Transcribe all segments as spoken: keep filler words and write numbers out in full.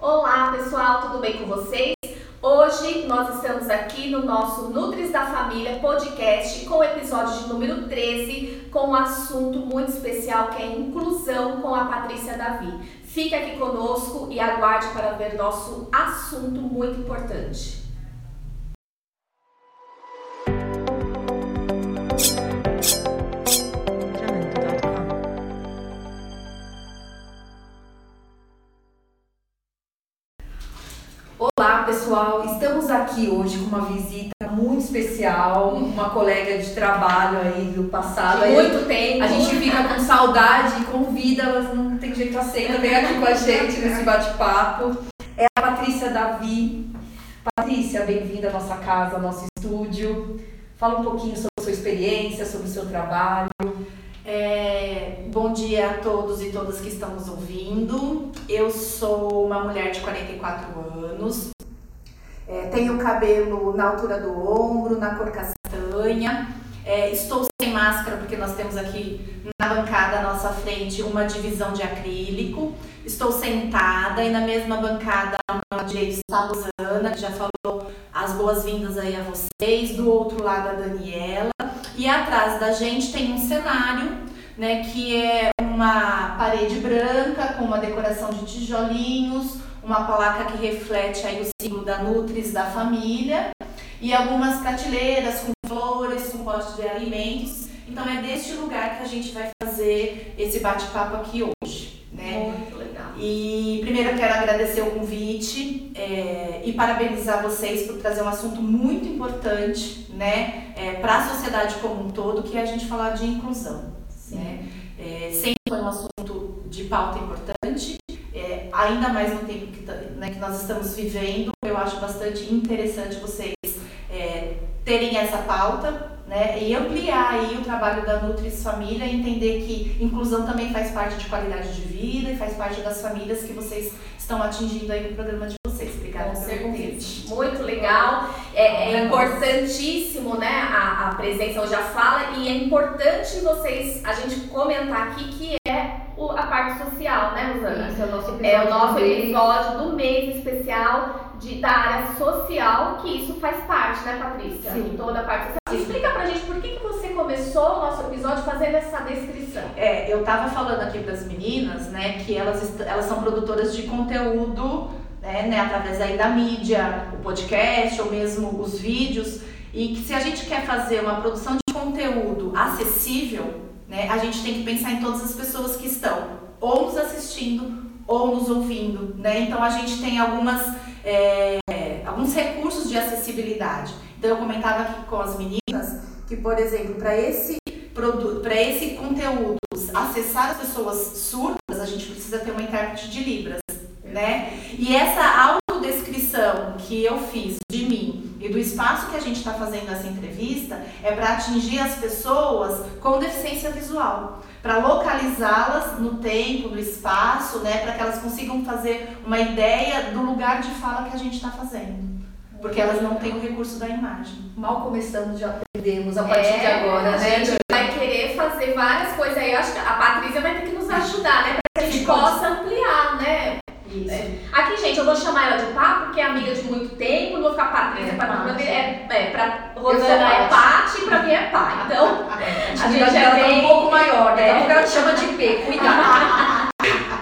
Olá pessoal, tudo bem com vocês? Hoje nós estamos aqui no nosso Nutris da Família podcast com o episódio de número treze, com um assunto muito especial que é inclusão, com a Patrícia Davi. Fique aqui conosco e aguarde para ver nosso assunto muito importante. Olá pessoal, estamos aqui hoje com uma visita muito especial, uma colega de trabalho aí do passado. De muito tempo. A gente fica com saudade e convida, elas não tem jeito, aceita, vem aqui com a gente nesse bate-papo. É a Patrícia Davi. Patrícia, bem-vinda à nossa casa, ao nosso estúdio. Fala um pouquinho sobre a sua experiência, sobre o seu trabalho. É, bom dia a todos e todas que estão nos ouvindo. Eu sou uma mulher de quarenta e quatro anos, é, tenho cabelo na altura do ombro, na cor castanha, é, estou sem máscara porque nós temos aqui na bancada à nossa frente uma divisão de acrílico. Estou sentada e na mesma bancada à direita está a Rosana, que já falou as boas-vindas aí a vocês. Do outro lado a Daniela. E atrás da gente tem um cenário, né, que é uma parede branca com uma decoração de tijolinhos, uma placa que reflete aí o símbolo da Nutris da Família e algumas prateleiras com flores, com potes de alimentos. Então é deste lugar que a gente vai fazer esse bate-papo aqui hoje, né? Muito legal. E primeiro eu quero agradecer o convite é, e parabenizar vocês por trazer um assunto muito importante, né, é, para a sociedade como um todo, que é a gente falar de inclusão. Né? É, sempre foi um assunto de pauta importante, é, ainda mais no tempo que, né, que nós estamos vivendo. Eu acho bastante interessante vocês é, terem essa pauta, né, e ampliar aí o trabalho da Nutris Família e entender que inclusão também faz parte de qualidade de vida e faz parte das famílias que vocês estão atingindo aí no programa de vocês. Obrigada pelo convite. Muito legal, é, é importantíssimo, né, a, a presença hoje, a fala, e é importante vocês, a gente comentar aqui que é o, a parte social, né, Rosana? Isso, é o nosso episódio, é o nosso do, episódio do mês especial de, da área social, que isso faz parte, né, Patrícia? Sim. Toda a parte social. Explica pra gente por que, que você começou o nosso episódio fazendo essa descrição. É, eu tava falando aqui para as meninas, né, que elas, elas são produtoras de conteúdo, né, né, através aí da mídia, o podcast ou mesmo os vídeos, e que se a gente quer fazer uma produção de conteúdo acessível, né, a gente tem que pensar em todas as pessoas que estão ou nos assistindo ou nos ouvindo, né? Então a gente tem algumas, é, alguns recursos de acessibilidade. Então eu comentava aqui com as meninas que, por exemplo, para esse produto, para esse conteúdo acessar as pessoas surdas, a gente precisa ter uma intérprete de Libras, né? E essa autodescrição que eu fiz de mim e do espaço que a gente está fazendo essa entrevista é para atingir as pessoas com deficiência visual, para localizá-las no tempo, no espaço, né? Para que elas consigam fazer uma ideia do lugar de fala que a gente está fazendo. Porque elas não têm o recurso da imagem. Mal começamos, já aprendemos a partir é, de agora, a né? gente vai querer fazer várias coisas aí. Eu acho que a Patrícia vai ter que nos ajudar, né? Para que a gente possa ampliar, né? Isso. É. Aqui, gente, eu vou chamar ela de Pá, porque é amiga de muito tempo. Não vou ficar Patrícia, É, Patrícia. Paty. É, é, pra Rosana é Paty, pra mim é Pá. Então, É, a gente é ela bem... tá um pouco maior, né? É. Daqui a pouco ela te chama de P, cuidado.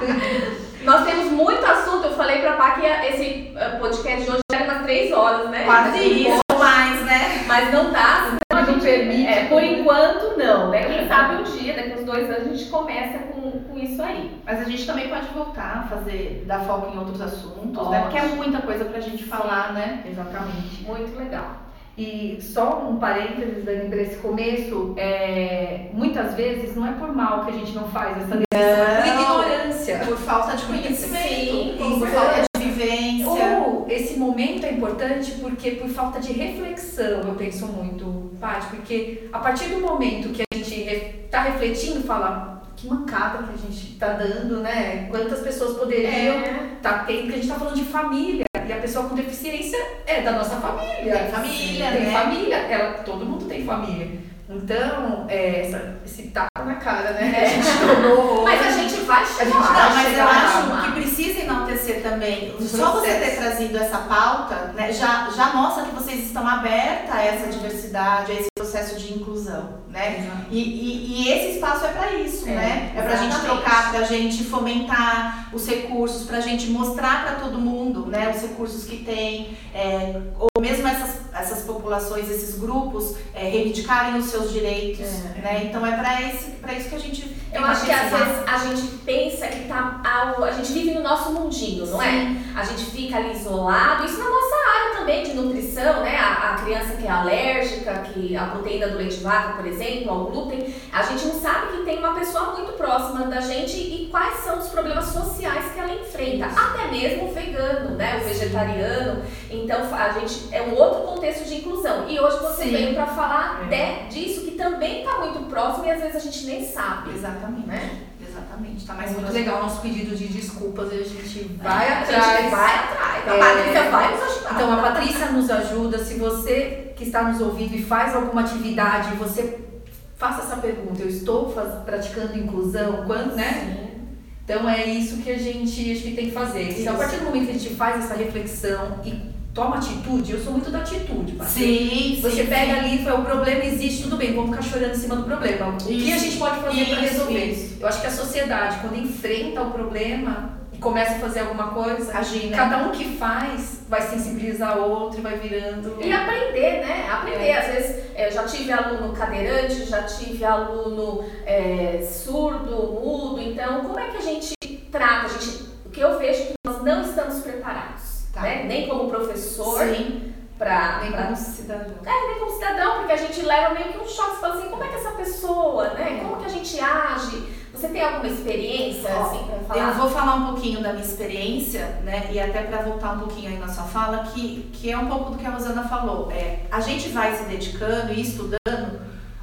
Nós temos muito assunto. Eu falei pra Pá que esse podcast de hoje era umas três horas, né? Quase isso, ou mais, né? Mas não tá, então a Não gente, permite. é, por enquanto não, né? Quem sabe um dia, daqui uns dois anos, a gente começa com, com isso aí. Mas a gente também pode voltar a fazer, dar foco em outros assuntos, Ótimo. né? Porque é muita coisa pra gente falar, né? Exatamente. Muito legal. E só um parênteses, Dani, para esse começo, é, muitas vezes não é por mal que a gente não faz essa decisão, é por ignorância. Por falta de conhecimento, Sim, por com falta de vivência. Ou esse momento é importante porque por falta de reflexão, eu penso muito, Paty, porque a partir do momento que a gente está refletindo, fala, que mancada que a gente está dando, né? Quantas pessoas poderiam estar é. tá tendo, porque a gente está falando de família. E a pessoa com deficiência é da nossa família. Tem família, tem né? família, ela, todo mundo tem família. Então, é, essa, esse tapa na cara, né? É. A gente tornou. Mas a gente vai A chegar gente lá. vai Não, mas chegar eu lá. acho que precisa enaltecer também, só você ter trazido essa pauta, né, já, já mostra que vocês estão abertas a essa diversidade, a esse processo de inclusão, né? E, e, e esse espaço é para isso, é, né? É pra exatamente. Gente trocar, pra gente fomentar os recursos, pra gente mostrar para todo mundo, né, os recursos que tem, é, ou mesmo essas, essas populações, esses grupos, é, reivindicarem os seus direitos, é. Né? Então é para esse, para isso que a gente... Eu acho que às vezes a gente pensa que tá algo, a gente vive no nosso mundinho, não Sim. é? A gente fica ali isolado, isso na nossa área também de nutrição, né? A, a criança que é alérgica, que a proteína do leite de vaca, por exemplo, ao glúten, a gente não sabe que tem uma pessoa muito próxima da gente e quais são os problemas sociais que ela enfrenta, isso. Até mesmo o vegano, né? O vegetariano. Então a gente é um outro contexto de inclusão. E hoje você Sim. veio para falar é. de, disso que também está muito próximo e às vezes a gente nem sabe. Exatamente. Né? Exatamente. Tá mais é muito legal o nosso pedido de desculpas e a gente vai é, atrás. A gente vai atrás. É, a Patrícia vai nos ajudar. Então a Patrícia nos ajuda. Se você que está nos ouvindo e faz alguma atividade, você faça essa pergunta. Eu estou faz, praticando inclusão? Quando, né? Sim. Então é isso que a gente, a gente tem que fazer. Isso. Então, a partir do momento que a gente faz essa reflexão e toma atitude, eu sou muito da atitude, Sim, Você sim, pega sim. ali e fala, o problema existe, tudo bem, vamos ficar chorando em cima do problema. O isso, que a gente pode fazer para resolver? Isso. Eu acho que a sociedade, quando enfrenta o problema e começa a fazer alguma coisa, Agir, né? Cada um que faz vai sensibilizar o outro e vai virando... E aprender, né? Aprender. É. Às vezes, eu já tive aluno cadeirante, já tive aluno é, surdo, mudo. Então, como é que a gente trata? A gente, o que eu vejo é que nós não estamos preparados. Tá. Né? Nem como professor, Sim. pra, nem pra... como cidadão. É, nem como cidadão, porque a gente leva meio que um choque, você fala assim, como é que essa pessoa, né? Como que a gente age? Você tem alguma experiência, Ó, assim, pra falar? Eu vou falar um pouquinho da minha experiência, né? E até pra voltar um pouquinho aí na sua fala, que, que é um pouco do que a Rosana falou. É, a gente vai se dedicando e estudando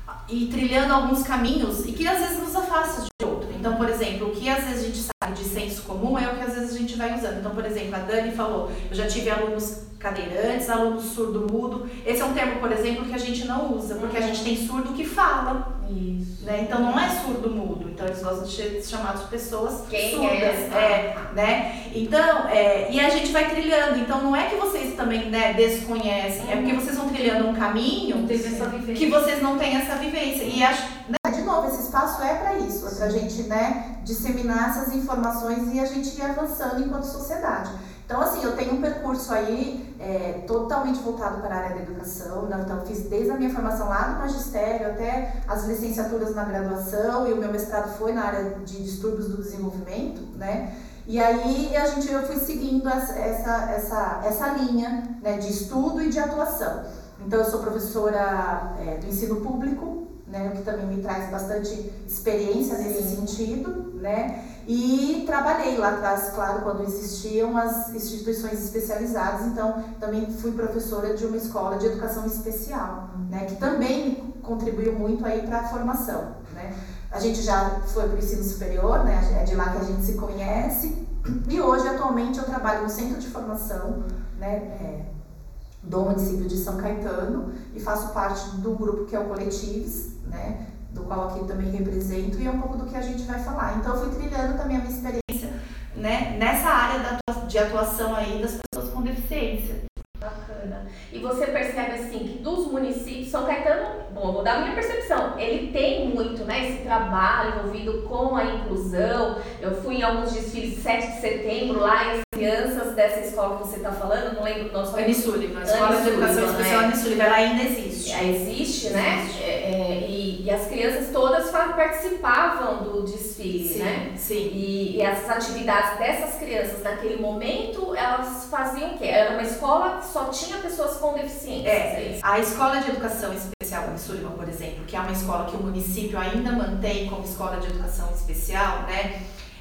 e trilhando alguns caminhos e que às vezes nos afasta de outro. Então, por exemplo, o que às vezes a gente sabe de senso comum é o que às vezes a gente vai usando. Então, por exemplo, a Dani falou, eu já tive alunos cadeirantes, alunos surdo-mudo. Esse é um termo, por exemplo, que a gente não usa, porque a gente tem surdo que fala. Isso. Né? Então não é surdo-mudo, então eles gostam de ser chamados de pessoas Quem surdas. É? É, né? Então, é, e a gente vai trilhando, então não é que vocês também, né, desconhecem, é porque vocês vão trilhando um caminho que vocês não têm essa vivência. E acho, né, de novo, esse espaço é para isso, é pra gente, né, disseminar essas informações e a gente ir avançando enquanto sociedade. Então, assim, eu tenho um percurso aí é, totalmente voltado para a área da educação, né? Então eu fiz desde a minha formação lá do magistério até as licenciaturas na graduação, e o meu mestrado foi na área de distúrbios do desenvolvimento, né? E aí a gente, eu fui seguindo essa, essa, essa, essa linha, né, de estudo e de atuação. Então eu sou professora é, do ensino público, né, o que também me traz bastante experiência nesse Sim. sentido, né? E trabalhei lá atrás, claro, quando existiam as instituições especializadas, então também fui professora de uma escola de educação especial, né, que também contribuiu muito aí para a formação, né? A gente já foi para o ensino superior, né, é de lá que a gente se conhece, e hoje, atualmente, eu trabalho no centro de formação, né, é, do município de São Caetano, e faço parte do grupo que é o Coletives, né, do qual aqui também represento, e é um pouco do que a gente vai falar. Então eu fui trilhando também a minha experiência, né, nessa área de atuação aí das pessoas com deficiência. Bacana. E você percebe assim que dos municípios, São Caetano, bom, eu vou dar a minha percepção, ele tem muito, né, esse trabalho envolvido com a inclusão. Eu fui em alguns desfiles de sete de setembro lá e as crianças dessa escola que você está falando, não lembro o nosso nome. Annie Sullivan, a Escola de Educação Especial Annie Sullivan, ela ainda existe. É, existe, né? Existe. É, é, e, e as crianças todas participavam do desfile, sim, né? Sim. E, e as atividades dessas crianças naquele momento, elas faziam o quê? Era uma escola que só tinha pessoas com deficiência. É, a Escola de Educação Especial Annie Sullivan, por exemplo, que é uma escola que o município ainda mantém como escola de educação especial, né?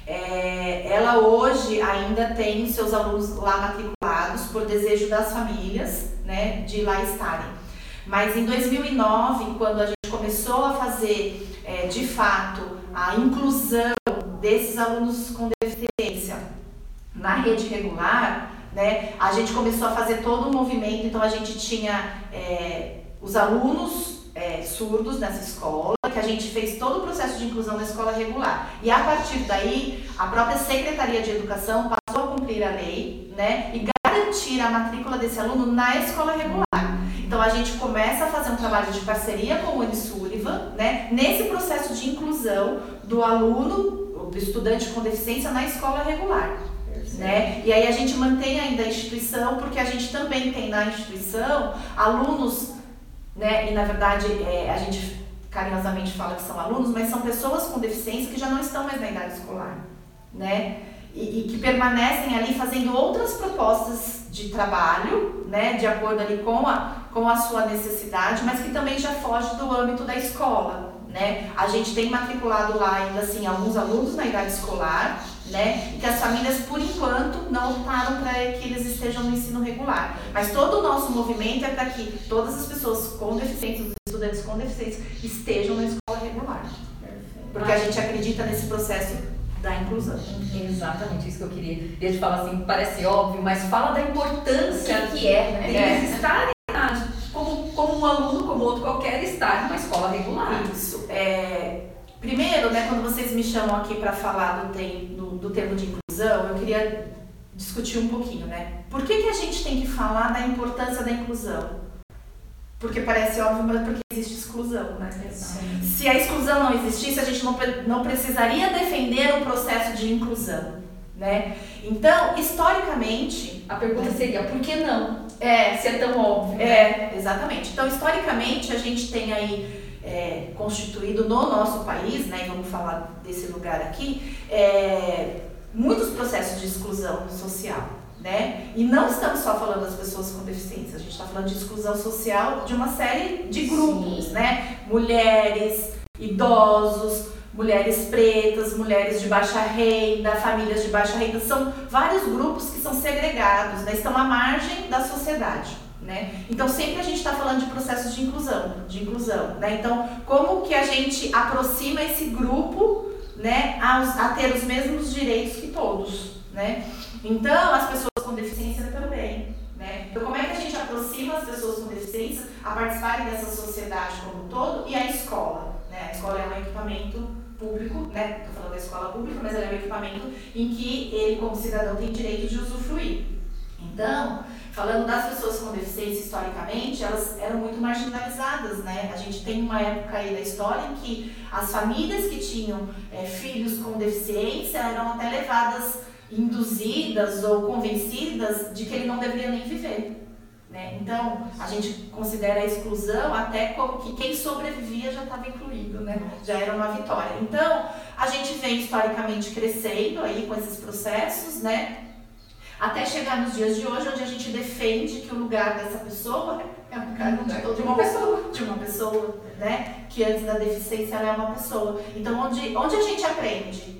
É, ela hoje ainda tem os seus alunos lá matriculados por desejo das famílias, né, de lá estarem. Mas em dois mil e nove, quando a gente começou a fazer é, de fato a inclusão desses alunos com deficiência na rede regular, né, a gente começou a fazer todo um movimento. Então a gente tinha é, os alunos É, surdos nessa escola, que a gente fez todo o processo de inclusão na escola regular. E a partir daí, a própria Secretaria de Educação passou a cumprir cumprir a lei, né, e garantir a matrícula desse aluno na escola regular. Então a gente começa a fazer um trabalho de parceria com o Uni Sullivan, né, nesse processo de inclusão do aluno, do estudante com deficiência na escola regular. Né? E aí a gente mantém ainda a instituição, porque a gente também tem na instituição alunos, né, e na verdade é, a gente carinhosamente fala que são alunos, mas são pessoas com deficiência que já não estão mais na idade escolar, né? E, e que permanecem ali fazendo outras propostas de trabalho, né, de acordo ali com a, com a sua necessidade, mas que também já foge do âmbito da escola, né? A gente tem matriculado lá ainda assim alguns alunos na idade escolar, né, e que as famílias por enquanto não optaram para que eles estejam no ensino regular. Mas todo o nosso movimento é para que todas as pessoas com deficiência, os estudantes com deficiência, estejam na escola regular. Perfeito. Porque a gente acredita nesse processo da inclusão. Exatamente, isso que eu queria. Eu te falar assim, parece óbvio, mas fala da importância que, que é, né? deles é. estarem como, como um aluno, como outro qualquer, estar numa escola regular. Isso. É, primeiro, né, quando vocês me chamam aqui para falar do, tem, do, do termo de inclusão, eu queria discutir um pouquinho, né? Por que, que a gente tem que falar da importância da inclusão? Porque parece óbvio, mas porque existe exclusão, né? Sim. Se a exclusão não existisse, a gente não, não precisaria defender o processo de inclusão, né? Então, historicamente... A pergunta seria, por que não? É, se é tão óbvio. É, né? Exatamente. Então, historicamente, a gente tem aí é, constituído no nosso país, né? E vamos falar desse lugar aqui, é, muitos processos de exclusão social. Né? E não estamos só falando das pessoas com deficiência, a gente está falando de exclusão social de uma série de grupos, né? Mulheres, idosos, mulheres pretas, mulheres de baixa renda, famílias de baixa renda, são vários grupos que são segregados, né? Estão à margem da sociedade. Né? Então sempre a gente está falando de processos de inclusão, de inclusão, né? Então como que a gente aproxima esse grupo, né, a, a ter os mesmos direitos que todos, né? Então, as pessoas com deficiência também, né? Então, como é que a gente aproxima as pessoas com deficiência a participarem dessa sociedade como um todo e a escola, né? A escola é um equipamento público, né? Estou falando da escola pública, mas ela é um equipamento em que ele, como cidadão, tem direito de usufruir. Então, falando das pessoas com deficiência historicamente, elas eram muito marginalizadas, né? A gente tem uma época aí da história em que as famílias que tinham é, filhos com deficiência eram até levadas, induzidas ou convencidas de que ele não deveria nem viver, né? Então, a gente considera a exclusão até como que quem sobrevivia já estava incluído, né? Já era uma vitória. Então, a gente vem historicamente crescendo aí com esses processos, né? Até chegar nos dias de hoje, onde a gente defende que o lugar dessa pessoa é um lugar de, de uma pessoa, de uma pessoa, né? Que antes da deficiência ela é uma pessoa. Então, onde, onde a gente aprende?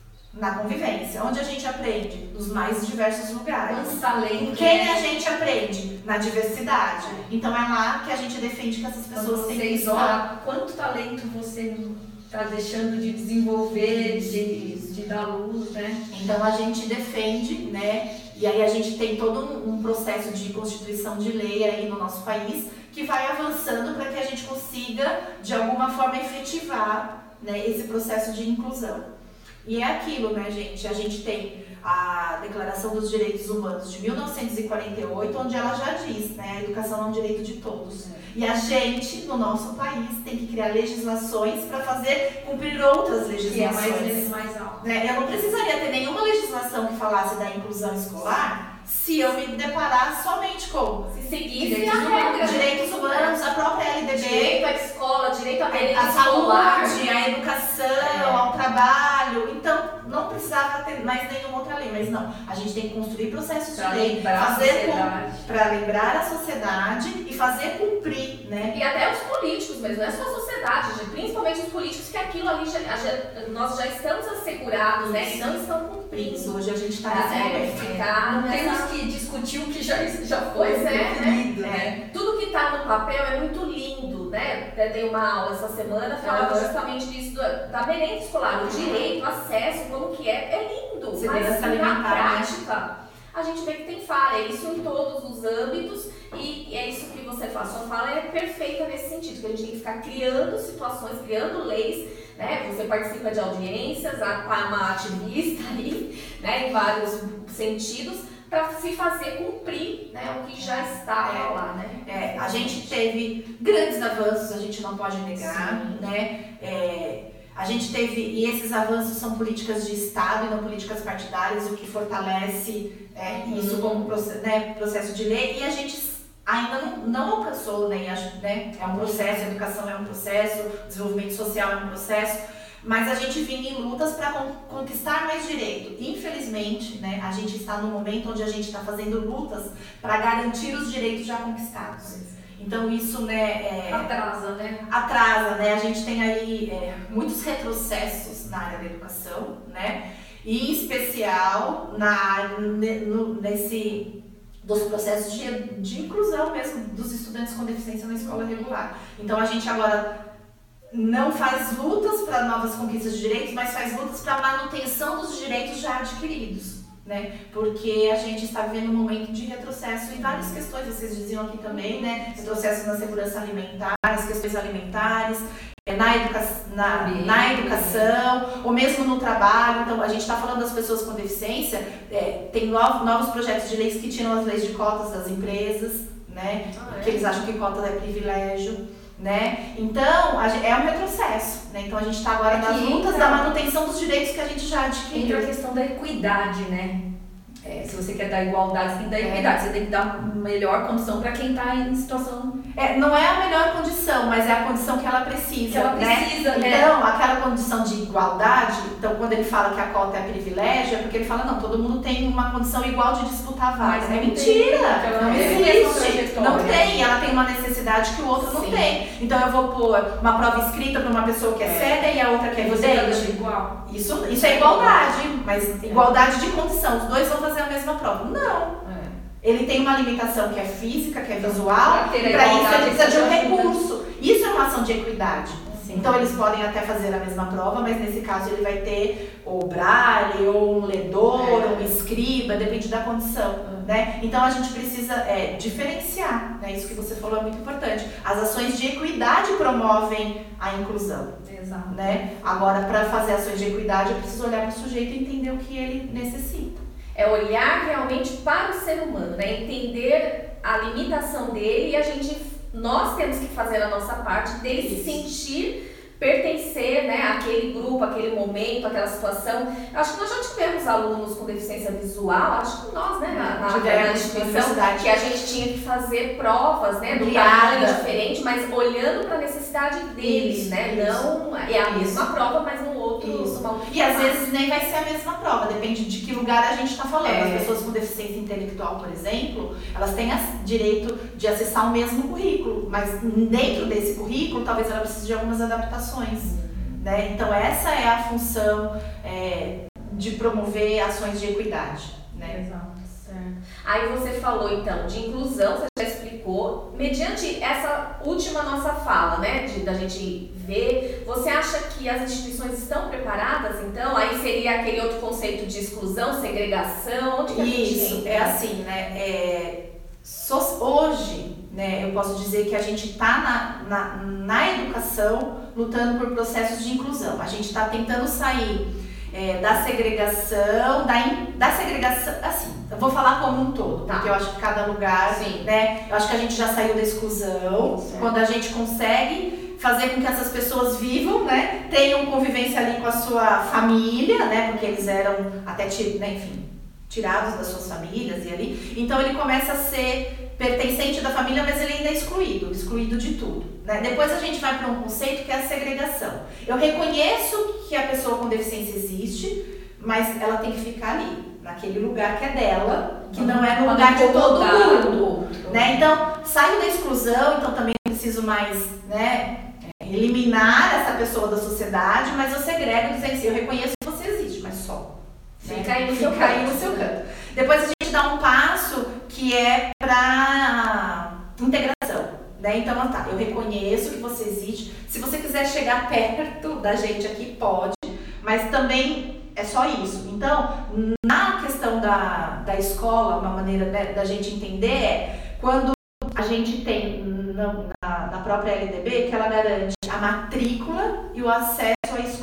Na convivência. Onde a gente aprende? Nos mais diversos lugares. Quantos talentos. Quem a gente aprende? Na diversidade. Então, é lá que a gente defende que essas pessoas têm que estar. Quanto talento você está deixando de desenvolver, de, de dar luz, né? Então a gente defende, né? E aí a gente tem todo um, um processo de constituição de lei aí no nosso país que vai avançando para que a gente consiga, de alguma forma, efetivar, né, esse processo de inclusão. E é aquilo, né, gente? A gente tem a Declaração dos Direitos Humanos de mil novecentos e quarenta e oito, onde ela já diz, né, a educação é um direito de todos. E a gente, no nosso país, tem que criar legislações para fazer cumprir outras legislações. Que é mais, mais alto. Né? Eu não precisaria ter nenhuma legislação que falasse da inclusão escolar se eu me deparar somente com se seguisse direitos, a regra, direitos humanos, a própria L D B, direito à escola, direito à merenda a escolar, saúde, a educação, é. ao trabalho. Então, não precisava ter mais nenhuma outra lei, mas não. A gente tem que construir processos pra de lei, fazer para lembrar a sociedade e fazer cumprir, né? E até os políticos mesmo, não é só a sociedade, gente, principalmente os políticos, que aquilo ali já, já, nós já estamos assegurados, né? E não estão cumprindo. Isso, hoje a gente está é, ficar Não nessa... temos que discutir o que já, já foi pois é, definido, né? né? É. Tudo que está no papel é muito lindo, né? Eu dei uma aula essa semana falando uhum. justamente disso, da merenda escolar, o direito, o acesso, como que é, é lindo, Segurança mas alimentar, na prática a gente vê que tem falha, isso em todos os âmbitos, e é isso que você faz, sua fala é perfeita nesse sentido, que a gente tem que ficar criando situações, criando leis, né? Você participa de audiências, é uma ativista aí, né? Em vários sentidos, para se fazer cumprir, né? O que já estava é, lá, né? É, a gente teve grandes avanços, a gente não pode negar, Sim. né? É, a gente teve, e esses avanços são políticas de Estado e não políticas partidárias, o que fortalece é, uhum. isso como processo, né, processo de lei, e a gente ainda não, não alcançou, né, né? É um processo, a educação é um processo, o desenvolvimento social é um processo, mas a gente vinha em lutas para conquistar mais direito. Infelizmente, né, a gente está num momento onde a gente está fazendo lutas para garantir os direitos já conquistados. Então isso, né, é, atrasa, né? Atrasa, né? A gente tem aí é, muitos retrocessos na área da educação, né? E em especial na, no, nesse dos processos de, de inclusão mesmo dos estudantes com deficiência na escola regular. Então a gente agora não faz lutas para novas conquistas de direitos, mas faz lutas para a manutenção dos direitos já adquiridos. Né? Porque a gente está vivendo um momento de retrocesso em várias questões, vocês diziam aqui também, né? Retrocesso na segurança alimentar, as questões alimentares, na, educa na, na educação, ou mesmo no trabalho. Então, a gente está falando das pessoas com deficiência, é, tem novos, novos projetos de leis que tiram as leis de cotas das empresas, né? Ah, é? Que eles acham que cota é privilégio. Né? Então, é um retrocesso, né? Então a gente está agora nas lutas da manutenção dos direitos que a gente já adquiriu. Entra a questão da equidade, né? É, se você quer dar igualdade, você tem que dar equidade, é. Você tem que dar melhor condição para quem está em situação... É, não é a melhor condição, mas é a condição que ela precisa, que ela precisa, né? Então, aquela condição de igualdade, então quando ele fala que a cota é privilégio, é porque ele fala, não, todo mundo tem uma condição igual de disputar vagas. Mas é mentira, tem, não existe, não tem, ela tem uma necessidade que o outro Sim. não tem. Então eu vou pôr uma prova escrita para uma pessoa que é, é cega e a outra que é vidente. Igual. Isso, isso é igualdade, mas igualdade de condição, os dois vão fazer a mesma prova. Não. Ele tem uma limitação que é física, que é visual, e para isso ele precisa de um recurso. Isso é uma ação de equidade. Sim. Então eles podem até fazer a mesma prova, mas nesse caso ele vai ter ou braille, ou um ledor, é. ou um escriba, depende da condição. Uhum. Né? Então a gente precisa é, diferenciar, né? Isso que você falou é muito importante. As ações de equidade promovem a inclusão. Exato. Né? Agora, para fazer ações de equidade, eu preciso olhar para o sujeito e entender o que ele necessita. É olhar realmente para o ser humano, né? Entender a limitação dele e a gente, nós temos que fazer a nossa parte dele Isso. se sentir pertencer, né, àquele grupo, àquele momento, àquela situação. Eu acho que nós já tivemos alunos com deficiência visual, acho que nós, né, na, na, na instituição, que a gente tinha que fazer provas, né, do tamanho diferente, mas olhando para a necessidade deles, isso, né, isso. Não é a mesma isso. prova, mas um outro. Uma e às vezes nem vai ser a mesma prova, depende de que lugar a gente está falando. É. As pessoas com deficiência intelectual, por exemplo, elas têm direito de acessar o mesmo currículo, mas dentro desse currículo, talvez ela precise de algumas adaptações. Né? Então essa é a função é, de promover ações de equidade. Né? Exato, certo. Aí você falou então de inclusão, você já explicou. Mediante essa última nossa fala, né, de, da gente ver, você acha que as instituições estão preparadas então? Aí seria aquele outro conceito de exclusão, segregação, onde que a gente Isso, entra? é assim, né? É, so, hoje, né, eu posso dizer que a gente está na, na, na educação lutando por processos de inclusão. A gente está tentando sair é, da segregação, da, in, da segregação, assim, eu vou falar como um todo, tá. Porque eu acho que cada lugar, Sim. né, eu acho que a gente já saiu da exclusão, certo. Quando a gente consegue fazer com que essas pessoas vivam, né, tenham convivência ali com a sua família, né, porque eles eram até, né, enfim, tirados das suas famílias e ali, então ele começa a ser pertencente da família, mas ele ainda é excluído, excluído de tudo. Né? Depois a gente vai para um conceito que é a segregação. Eu reconheço que a pessoa com deficiência existe, mas ela tem que ficar ali, naquele lugar que é dela, que não é no lugar de todo mundo. Né? Então, saio da exclusão, então também preciso mais, né, eliminar essa pessoa da sociedade, mas eu segrego dizendo assim, eu reconheço que você existe, mas só. Fica né? aí no Fica seu aí no seu canto. Depois a gente dá um passo que é para integração, né? Então, tá, eu reconheço que você existe. Se você quiser chegar perto da gente aqui, pode, mas também é só isso. Então, na questão da, da escola, uma maneira, né, da gente entender é quando a gente tem na, na própria L D B que ela garante a matrícula e o acesso à escola.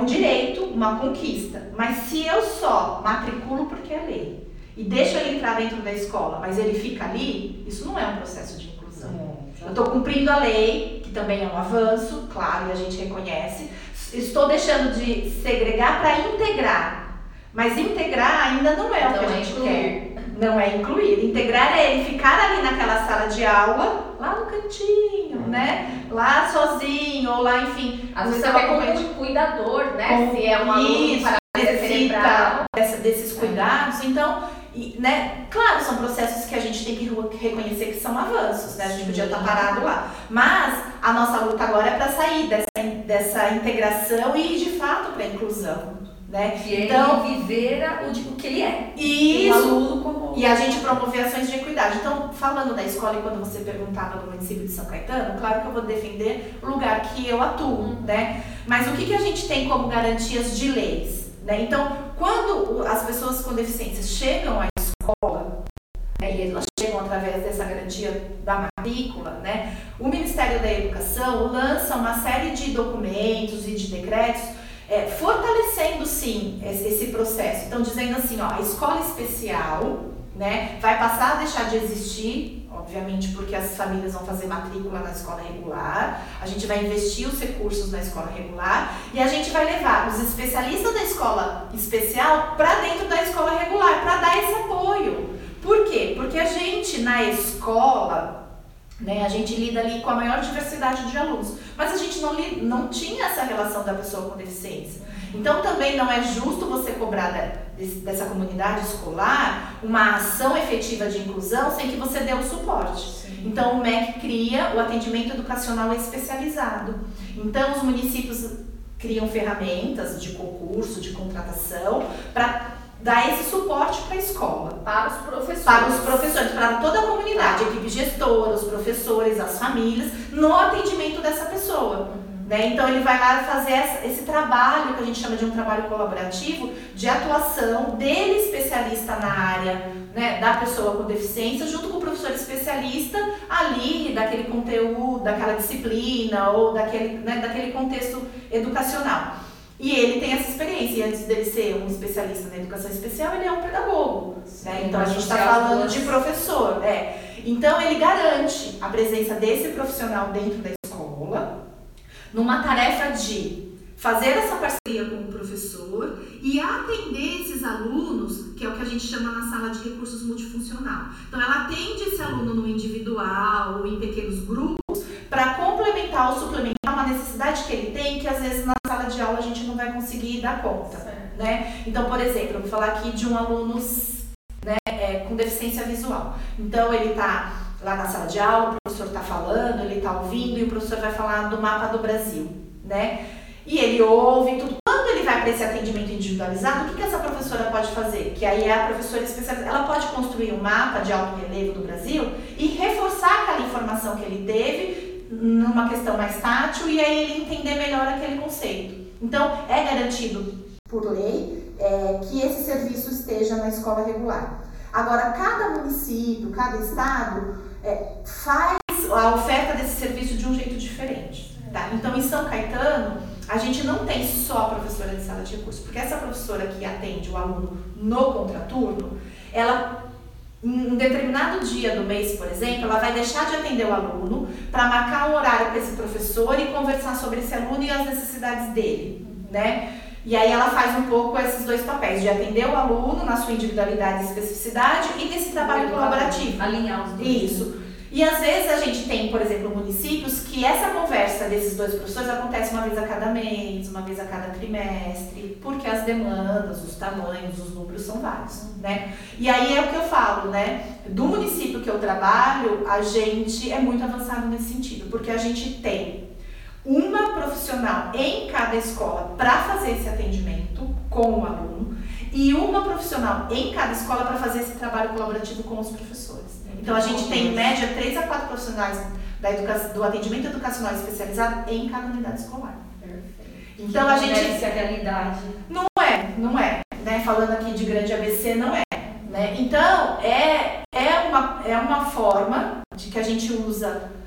direito, uma conquista. Mas se eu só matriculo porque é lei e deixo ele entrar dentro da escola, mas ele fica ali, isso não é um processo de inclusão. É, eu estou cumprindo a lei, que também é um avanço, claro, e a gente reconhece. Estou deixando de segregar para integrar. Mas integrar ainda não é o que a gente quer. Não é incluir. Integrar é ele ficar ali naquela sala de aula, lá no cantinho, né? Lá sozinho, ou lá, enfim. Às vezes é como cuidador, né? Com Se é um aluno para necessita desses cuidados. Então, e, né? Claro, são processos que a gente tem que reconhecer que são avanços, né? A gente podia estar parado lá. Mas a nossa luta agora é para sair dessa, dessa integração e, de fato, para a inclusão. Né? Que então, ele viver o, o que ele é. Isso. Um aluno como... E a gente promover ações de equidade. Então, falando da escola, e quando você perguntava do município de São Caetano, claro que eu vou defender o lugar que eu atuo, né? Mas o que, que a gente tem como garantias de leis? Né? Então, quando as pessoas com deficiência chegam à escola, né, e elas chegam através dessa garantia da matrícula, né, o Ministério da Educação lança uma série de documentos e de decretos É, fortalecendo sim esse, esse processo. Então dizendo assim, ó, a escola especial, né, vai passar a deixar de existir, obviamente porque as famílias vão fazer matrícula na escola regular, a gente vai investir os recursos na escola regular e a gente vai levar os especialistas da escola especial para dentro da escola regular, para dar esse apoio. Por quê? Porque a gente na escola, né, a gente lida ali com a maior diversidade de alunos, mas a gente não, li, não tinha essa relação da pessoa com deficiência. Então também não é justo você cobrar da, desse, dessa comunidade escolar uma ação efetiva de inclusão sem que você dê o suporte. Sim. Então o M E C cria o atendimento educacional especializado. Então os municípios criam ferramentas de concurso, de contratação, para dar esse suporte para a escola. Para os professores. Para os professores, para toda a comunidade, a equipe gestora, os professores, as famílias, no atendimento dessa pessoa. Uhum. Né? Então ele vai lá fazer essa, esse trabalho, que a gente chama de um trabalho colaborativo, de atuação dele especialista na área, né, da pessoa com deficiência, junto com o professor especialista ali, daquele conteúdo, daquela disciplina, ou daquele, né, daquele contexto educacional. E ele tem essa experiência, e antes dele ser um especialista na educação especial, ele é um pedagogo. Sim, né? Então a gente está falando de professor. É. Então ele garante a presença desse profissional dentro da escola, numa tarefa de fazer essa parceria com o professor e atender esses alunos, que é o que a gente chama na sala de recursos multifuncional. Então ela atende esse aluno no individual ou em pequenos grupos para complementar ou suplementar uma necessidade que ele tem, que às vezes na sala de aula a gente não vai conseguir dar conta. Né? Então, por exemplo, eu vou falar aqui de um aluno, né, é, com deficiência visual. Então ele está lá na sala de aula, o professor está falando, ele está ouvindo e o professor vai falar do mapa do Brasil, né? E ele ouve tudo. Quando ele vai para esse atendimento individualizado, o que, que essa professora pode fazer? Que aí é a professora especializada. Ela pode construir um mapa de alto relevo do Brasil e reforçar aquela informação que ele teve numa questão mais tátil e aí ele entender melhor aquele conceito. Então, é garantido por lei é, que esse serviço esteja na escola regular. Agora, cada município, cada estado é, faz a oferta desse serviço de um jeito diferente. Tá? Então, em São Caetano, a gente não tem só a professora de sala de recursos, porque essa professora que atende o aluno no contraturno, ela, em um determinado dia do mês, por exemplo, ela vai deixar de atender o aluno para marcar um horário com esse professor e conversar sobre esse aluno e as necessidades dele, né? E aí ela faz um pouco esses dois papéis, de atender o aluno na sua individualidade e especificidade e nesse trabalho colaborativo. Alinhar os dois. Isso. E às vezes a gente tem, por exemplo, municípios que essa conversa desses dois professores acontece uma vez a cada mês, uma vez a cada trimestre, porque as demandas, os tamanhos, os números são vários, né? E aí é o que eu falo, né? Do município que eu trabalho, a gente é muito avançado nesse sentido, porque a gente tem uma profissional em cada escola para fazer esse atendimento com o aluno e uma profissional em cada escola para fazer esse trabalho colaborativo com os professores. Então a gente tem em média três a quatro profissionais da educação, do atendimento educacional especializado em cada unidade escolar. Perfeito. Então a gente essa é a realidade. Não é, não é, né? Falando aqui de grande A B C, não é, né? Então é é uma é uma forma de que a gente usa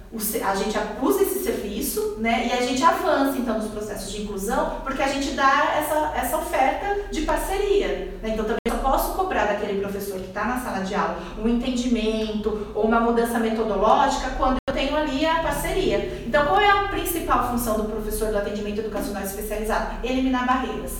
a gente usa esse serviço, né, e a gente avança então nos processos de inclusão, porque a gente dá essa, essa oferta de parceria, né? Então também eu posso cobrar daquele professor que está na sala de aula um entendimento ou uma mudança metodológica quando eu tenho ali a parceria. Então qual é a principal função do professor do atendimento educacional especializado? Eliminar barreiras.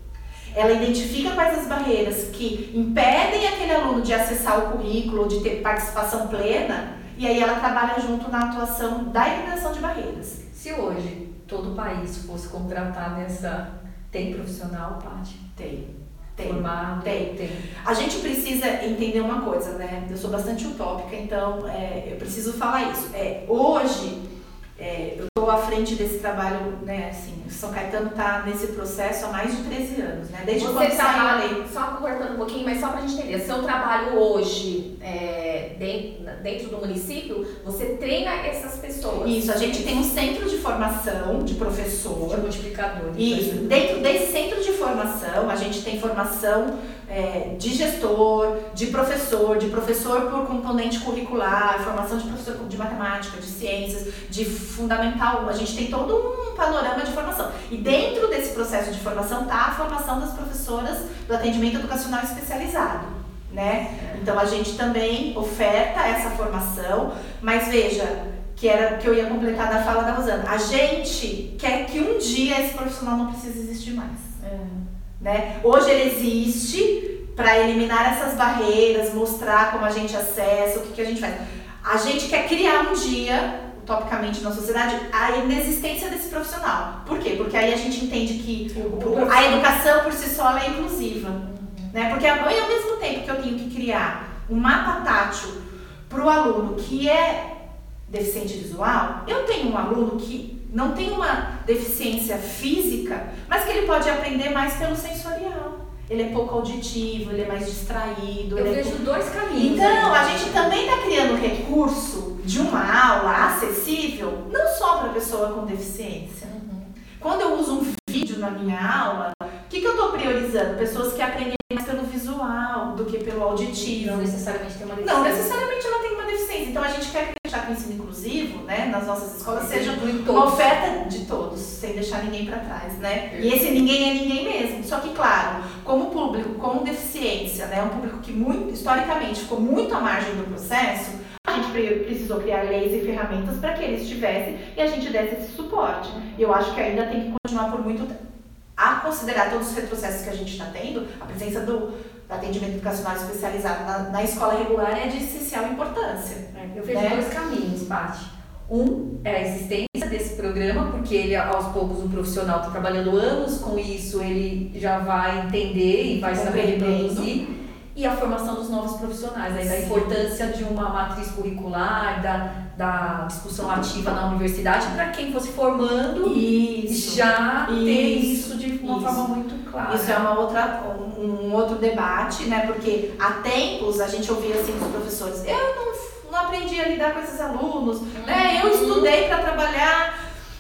Ela identifica quais as barreiras que impedem aquele aluno de acessar o currículo, de ter participação plena, e aí ela trabalha junto na atuação da eliminação de barreiras. Se hoje todo o país fosse contratar nessa... Tem profissional, Paty? Tem. Tem. Formado? Tem. Tem. A gente precisa entender uma coisa, né? Eu sou bastante utópica, então é, eu preciso falar isso. É, hoje, é, eu estou à frente desse trabalho, né? Assim, São Caetano está nesse processo há mais de treze anos, né? Desde Você quando saiu a trabalha, lei. só cortando um pouquinho, mas só para a gente entender, seu trabalho hoje, é, dentro, dentro do município, você treina essas pessoas? Isso, a gente tem um centro de formação de professor. De multiplicador. Isso, dentro desse centro de formação, a gente tem formação é, de gestor, de professor, de professor por componente curricular, formação de professor de matemática, de ciências, de fundamental. A gente tem todo um panorama de formação. E dentro desse processo de formação está a formação das professoras do atendimento educacional especializado, né? Então a gente também oferta essa formação, mas veja, que era que eu ia completar da fala da Rosana, a gente quer que um dia esse profissional não precise existir mais. É. Né? Hoje ele existe para eliminar essas barreiras, mostrar como a gente acessa, o que, que a gente faz. A gente quer criar um dia, utopicamente na sociedade, a inexistência desse profissional. Por quê? Porque aí a gente entende que o, a educação por si só ela é inclusiva. Uhum. Né? Porque ao mesmo tempo que eu tenho que criar um mapa tátil para o aluno que é deficiente visual, eu tenho um aluno que não tem uma deficiência física, mas que ele pode aprender mais pelo sensorial. Ele é pouco auditivo, ele é mais distraído. Eu ele vejo é pouco... dois caminhos. Então, a gente também está criando recurso de uma aula acessível, não só para pessoa com deficiência. Uhum. Quando eu uso um vídeo na minha aula, o que, que eu estou priorizando? Pessoas que aprendem mais pelo visual do que pelo auditivo. Não necessariamente tem uma deficiência. Não necessariamente ela tem uma deficiência. Então, a gente quer deixar que o ensino inclusivo, né, nas nossas escolas, seja uma oferta de todos, sem deixar ninguém para trás, né? E esse ninguém é ninguém mesmo. Só que, claro, como público com deficiência, né, um público que muito, historicamente ficou muito à margem do processo, a gente precisou criar leis e ferramentas para que eles estivessem e a gente desse esse suporte. E eu acho que ainda tem que continuar por muito tempo. A considerar todos os retrocessos que a gente está tendo, a presença do, do atendimento educacional especializado na, na escola regular é de essencial importância. Eu vejo né? dois caminhos, Paty. Um é a existência desse programa, porque ele, aos poucos, o profissional está trabalhando anos com isso, ele já vai entender e vai saber reproduzir. E a formação dos novos profissionais, né? Da importância de uma matriz curricular, da, da discussão ativa na universidade, para quem fosse formando isso, já isso, ter isso de uma isso. forma muito clara. Isso é uma outra, um, um outro debate, né? Porque há tempos a gente ouvia assim dos professores, eu não, não aprendi a lidar com esses alunos, uhum. né? Eu estudei para trabalhar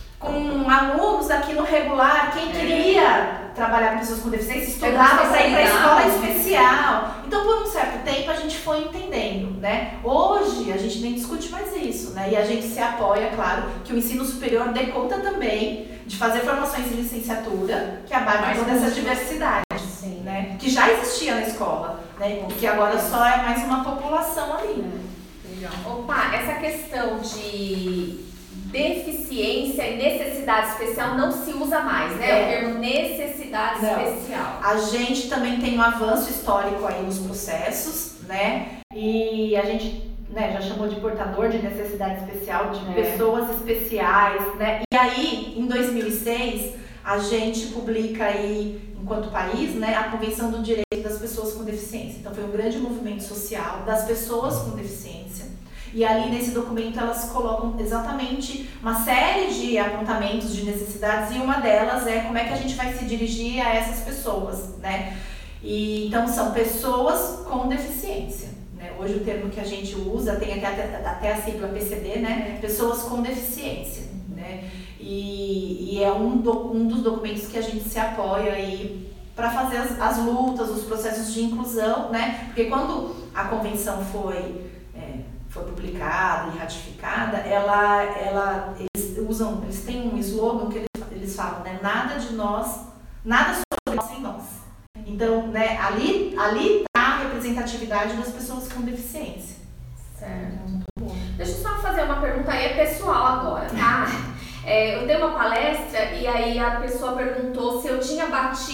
com alunos aqui no regular, quem queria é. trabalhar com pessoas com deficiência estudava para ir para a escola especial. Então, por um certo tempo, a gente foi entendendo, né? Hoje, a gente nem discute mais isso, né? E a gente se apoia, claro, que o ensino superior dê conta também de fazer formações de licenciatura que abarcam toda essa diversidade, Sim. né? Que já existia na escola, né? Porque agora só é mais uma população ali. É. Legal. Opa, essa questão de deficiência e necessidade especial não se usa mais, né? É. O termo necessidade não. especial. A gente também tem um avanço histórico aí nos processos, né? E a gente, né, já chamou de portador de necessidade especial, de é. pessoas especiais, né? E aí, em dois mil e seis, a gente publica aí, enquanto país, né, a Convenção do Direito das Pessoas com Deficiência. Então, foi um grande movimento social das pessoas com deficiência. E ali nesse documento elas colocam exatamente uma série de apontamentos de necessidades e uma delas é como é que a gente vai se dirigir a essas pessoas, né? E, então são pessoas com deficiência, né? Hoje o termo que a gente usa tem até, até, até a sigla P C D, né? Pessoas com deficiência, né? E, e é um, do, um dos documentos que a gente se apoia aí para fazer as, as lutas, os processos de inclusão, né? Porque quando a convenção foi foi publicada e ratificada, ela, ela, eles usam, eles têm um slogan que eles, eles falam, né? Nada de nós, nada sobre nós sem nós. Então, né, ali, ali tá a representatividade das pessoas com deficiência. Certo. Muito bom. Deixa eu só fazer uma pergunta aí, é pessoal agora, tá? É, eu dei uma palestra e aí a pessoa perguntou se eu tinha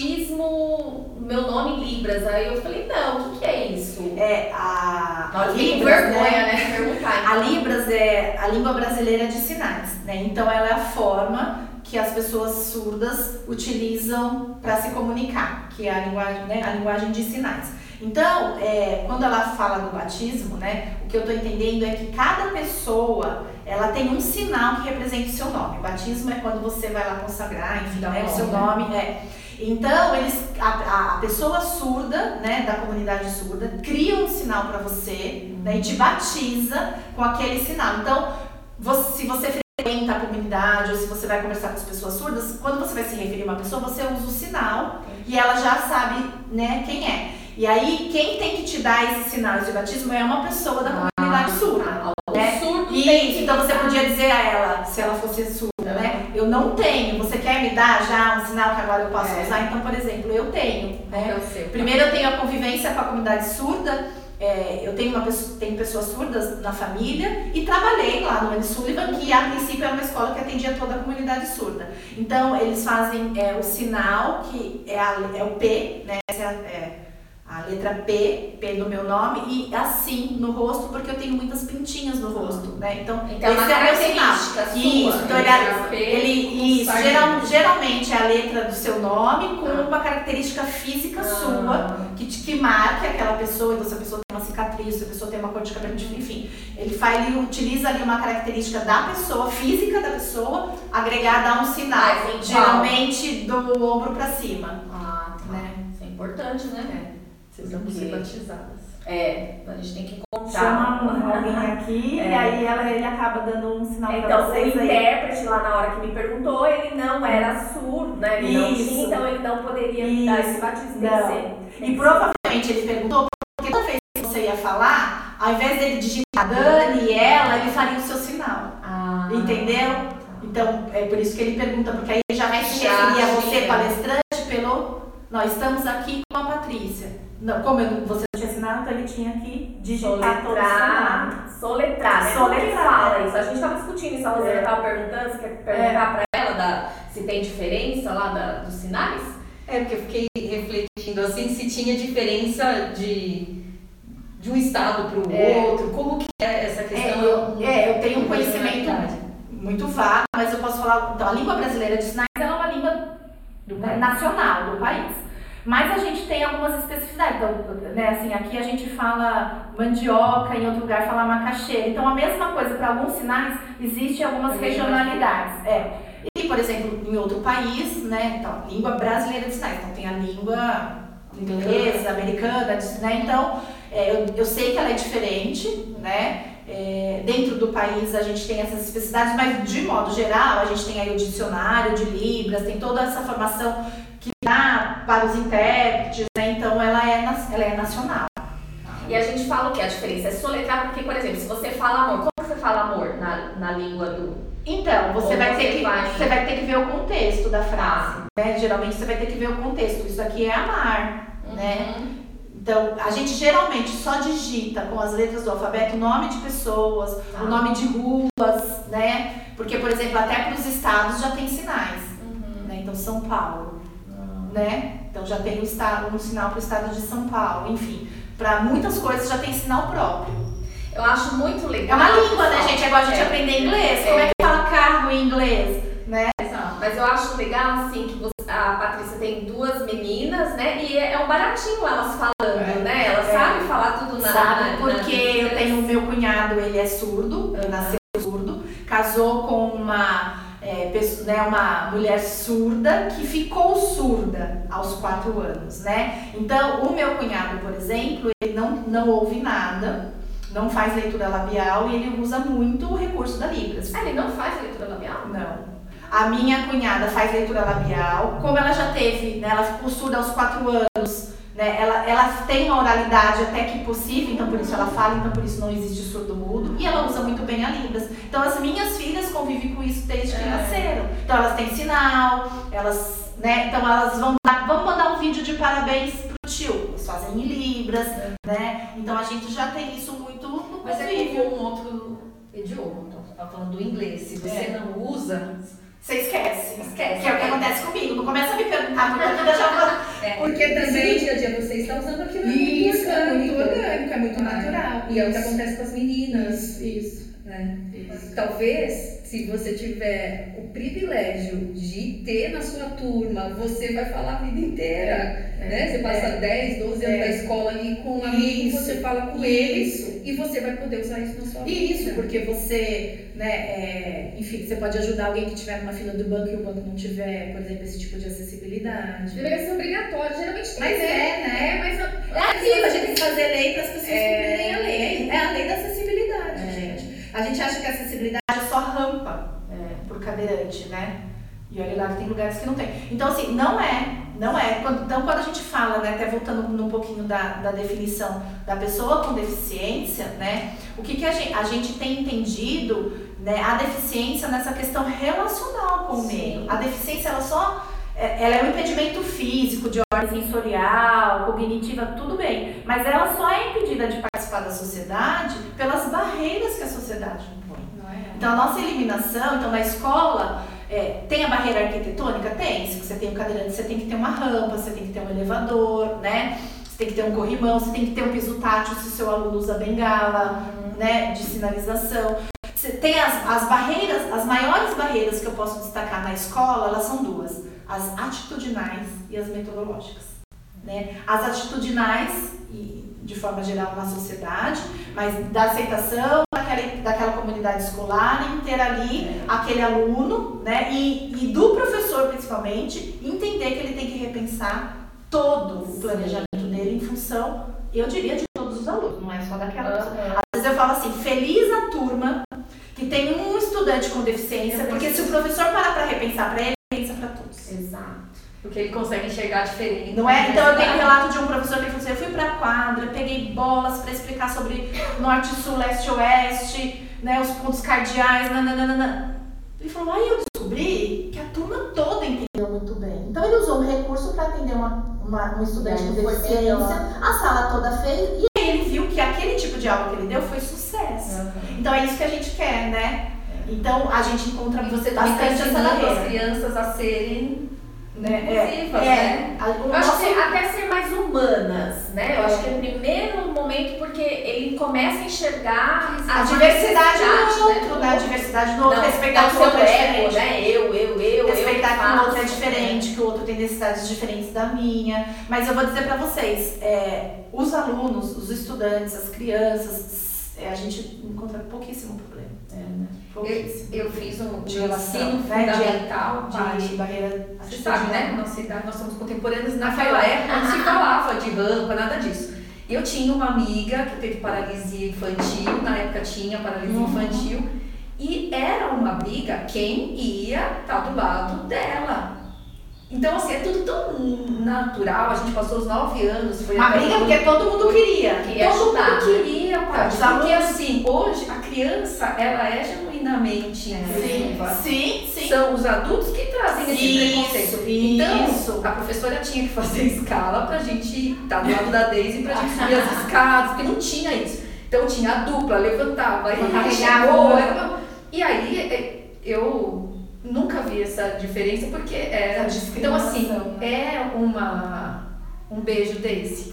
batismo, meu nome em Libras. Aí eu falei, não, o que, que é isso? É, a, a Nossa, Libras, vergonha, né? né? Perguntar. A Libras é a língua brasileira de sinais, né? Então ela é a forma que as pessoas surdas utilizam para se comunicar, que é a linguagem, né? A linguagem de sinais. Então, é, quando ela fala do batismo, né? O que eu estou entendendo é que cada pessoa ela tem um sinal que representa o seu nome. O batismo é quando você vai lá consagrar, enfim, né, o seu nome. É. Então, eles, a, a pessoa surda, né, da comunidade surda, cria um sinal para você, uhum. né, e te batiza com aquele sinal. Então, você, se você frequenta a comunidade ou se você vai conversar com as pessoas surdas, quando você vai se referir a uma pessoa, você usa o sinal uhum. e ela já sabe, né, quem é. E aí, quem tem que te dar esse sinal de batismo é uma pessoa da comunidade ah, surda. Ah, né? Surdo e então você podia dizer a ela, se ela fosse surda, né? Eu não tenho, você quer me dar já um sinal que agora eu posso é. usar? Então, por exemplo, eu tenho. Né? Eu sei, Primeiro eu tenho a convivência com a comunidade surda, é, eu tenho, uma pessoa, tenho pessoas surdas na família e trabalhei lá no Anne Sullivan, que a princípio era uma escola que atendia toda a comunidade surda. Então, eles fazem é, o sinal, que é, a, é o P, né? Essa é, a letra P, P do meu nome, e assim no rosto, porque eu tenho muitas pintinhas no rosto, né? Então, então esse é o meu sinal. Sua, isso, então ele, P, ele isso, geral, geralmente é a letra do seu nome com ah. uma característica física ah. sua, que, que marque aquela pessoa, então se a pessoa tem uma cicatriz, se a pessoa tem uma cor de cabelo, enfim. Ele, faz, ele utiliza ali uma característica da pessoa, física da pessoa, agregada a um sinal, ah, geralmente do ombro pra cima. Ah, tá. Né? Isso é importante, né? É. Vocês vão ser batizadas. É, a gente tem que contar. Chama alguém aqui é. e aí ela, ele acaba dando um sinal então, pra vocês. Então, o intérprete lá na hora que me perguntou, ele não era surdo, né? Ele não tinha, então ele não poderia me dar esse batismo. Não. E provavelmente ele perguntou, porque toda vez que você ia falar, ao invés dele digitar Dani e ela, ele faria o seu sinal. Ah. Entendeu? Então, é por isso que ele pergunta, porque aí ele já vai se referir a você, palestrante, pelo... Nós estamos aqui com a Patrícia. Não, como eu, você não tinha assinado, então ele tinha que digitar todo o sinal. Soletrar, né? Como que fala isso? A gente estava discutindo isso, a Rosana estava é. perguntando, você quer perguntar é. para ela da, se tem diferença lá da, dos sinais? É, porque eu fiquei refletindo assim, se tinha diferença de, de um estado para o é. outro, como que é essa questão? É, eu, é, eu tenho um conhecimento muito vago, mas eu posso falar, então a língua brasileira de sinais é uma língua do, né, nacional do país. Mas a gente tem algumas especificidades, então, né, assim, aqui a gente fala mandioca, em outro lugar fala macaxeira. Então a mesma coisa, para alguns sinais, existem algumas regionalidades. É. E, por exemplo, em outro país, né, então, língua brasileira de sinais, então tem a língua inglesa, americana, né, então é, eu, eu sei que ela é diferente, né. É, dentro do país a gente tem essas especificidades, mas de modo geral a gente tem aí o dicionário de Libras, tem toda essa formação que dá para os intérpretes, né? Então ela é, ela é nacional. E a gente fala o que? A diferença é soletrar, porque, por exemplo, se você fala amor, como você fala amor na, na língua do... Então, você vai, ter que, vai... você vai ter que ver o contexto da frase, né? Geralmente você vai ter que ver o contexto, isso aqui é amar, uhum. né? Então, a gente geralmente só digita com as letras do alfabeto o nome de pessoas, ah. o nome de ruas, né? Porque, por exemplo, até para os estados já tem sinais, uhum. né? Então, São Paulo, uhum. né? Então, já tem um, estado, um sinal para o estado de São Paulo, enfim. Para muitas coisas já tem sinal próprio. Eu acho muito legal. É uma língua, né, gente? É igual a gente é. aprender inglês. É. Como é que fala carro em inglês, né? Exato. Mas eu acho legal, assim, que você, a Patrícia tem duas meninas, né? E é um baratinho elas falando, é. né? Elas é. sabem falar tudo na... Sabe, porque na... eu tenho o meu cunhado, ele é surdo, ele nasceu surdo, casou com uma, é, pessoa, né, uma mulher surda que ficou surda aos quatro anos, né? Então, o meu cunhado, por exemplo, ele não, não ouve nada, não faz leitura labial e ele usa muito o recurso da Libras. Ah, ele não faz leitura labial? Não. A minha cunhada faz leitura labial, como ela já teve, né, ela ficou surda aos quatro anos, né, né? Ela, ela tem uma oralidade até que possível, então por isso ela fala, então por isso não existe surdo-mudo, e ela usa muito bem a Libras. Então as minhas filhas convivem com isso desde que é. nasceram. Então elas têm sinal, elas, né? Então elas vão dar, vamos mandar um vídeo de parabéns pro tio, eles fazem em Libras, é. né? Então a gente já tem isso muito no Mas é convívio. como um outro idioma, então você tá falando do inglês, se você é. não usa, você esquece. Esquece. Que é o que acontece comigo. Não começa a me perguntar, porque eu já vou. É, porque também no dia a dia você está usando aquilo. Isso, é muito orgânico, é muito natural. E é o que acontece com as meninas. Isso. Né? Isso. Talvez, se você tiver o privilégio de ter na sua turma, você vai falar a vida inteira. É, né? Você passa é, dez, doze anos é, da escola ali com um amigo, você fala com isso. eles e você vai poder usar isso na sua vida. Isso, porque você, né, é, enfim, você pode ajudar alguém que estiver numa fila do banco e o banco não tiver, por exemplo, esse tipo de acessibilidade. Deveria ser obrigatório, geralmente tem. Mas é, né? É, mas é aquilo, a gente tem que fazer lei para as pessoas é, cumprirem a lei. É a lei da acessibilidade, é. gente. A gente acha que a acessibilidade é só rampa é, por cadeirante, né? E olha lá que tem lugares que não tem. Então, assim, não é, não é. Quando, então, quando a gente fala, né, até voltando um pouquinho da, da definição da pessoa com deficiência, né? O que, que a, gente, a gente tem entendido, né, a deficiência nessa questão relacional com o meio. A deficiência, ela só... Ela é um impedimento físico, de ordem sensorial, cognitiva, tudo bem. Mas ela só é impedida de participar da sociedade pelas barreiras que a sociedade impõe. É. Então, a nossa eliminação, então, na escola, é, tem a barreira arquitetônica? Tem. Se você tem um cadeirante, você tem que ter uma rampa, você tem que ter um elevador, né? Você tem que ter um corrimão, você tem que ter um piso tátil se o seu aluno usa bengala, uhum. né, de sinalização. Você tem as, as barreiras, as maiores barreiras que eu posso destacar na escola, elas são duas. As atitudinais e as metodológicas, né? As atitudinais, e, de forma geral na sociedade, mas da aceitação daquela, daquela comunidade escolar, em ter ali é. aquele aluno, né? E, e do professor principalmente, entender que ele tem que repensar todo o planejamento dele em função, eu diria, de todos os alunos, não é só daquela uhum. pessoa. Às vezes eu falo assim, feliz a turma que tem um estudante com deficiência, porque se o professor parar para repensar para ele, pensa para todos. Exato. Porque ele consegue enxergar diferente. Não é? Então eu tenho um relato de um professor que falou assim, eu fui pra quadra, peguei bolas para explicar sobre norte, sul, leste, oeste, né, os pontos cardeais, nananana. Ele falou, aí eu descobri que a turma toda entendeu muito bem. Então ele usou um recurso para atender uma, uma, um estudante com deficiência, a sala toda fez, e aí ele viu que aquele tipo de aula que ele deu foi sucesso. Uhum. Então é isso que a gente quer, né? Então a gente encontra e você bastante essa barreira. As crianças a serem né, inclusivas, é, né? É, eu acho que até ser mais humanas, né? Eu acho que é o primeiro momento porque ele começa a enxergar a, a diversidade do outro, né? A diversidade do outro, respeitar que o outro é diferente, né? Eu, eu, eu, respeitar eu que o outro é diferente, que o outro tem necessidades diferentes da minha. Mas eu vou dizer pra vocês, é, os alunos, os estudantes, as crianças, é, a gente encontra pouquíssimo problema. É, né? Eu, eu fiz um de relação, ensino fundamental de, de barreira. Você sabe, né? Nossa idade, nós somos contemporâneos. Naquela época não se falava de rampa, nada disso. Eu tinha uma amiga que teve paralisia infantil, na época tinha paralisia uhum. infantil, e era uma briga quem ia estar do lado dela. Então, assim, é tudo tão natural, a gente passou os nove anos. Foi uma briga porque todo mundo queria. queria todo ajudar, mundo queria, pai. Porque, assim, hoje a criança, ela é genuinamente inclusiva. Sim, sim. São os adultos que trazem esse isso, preconceito. Então, isso. a professora tinha que fazer escala pra gente estar do lado da Daisy, pra gente subir as escadas, porque não tinha isso. Então, tinha a dupla, levantava, aí chegou. E aí, eu... nunca vi essa diferença, porque é... Então, assim, é uma... um beijo desse.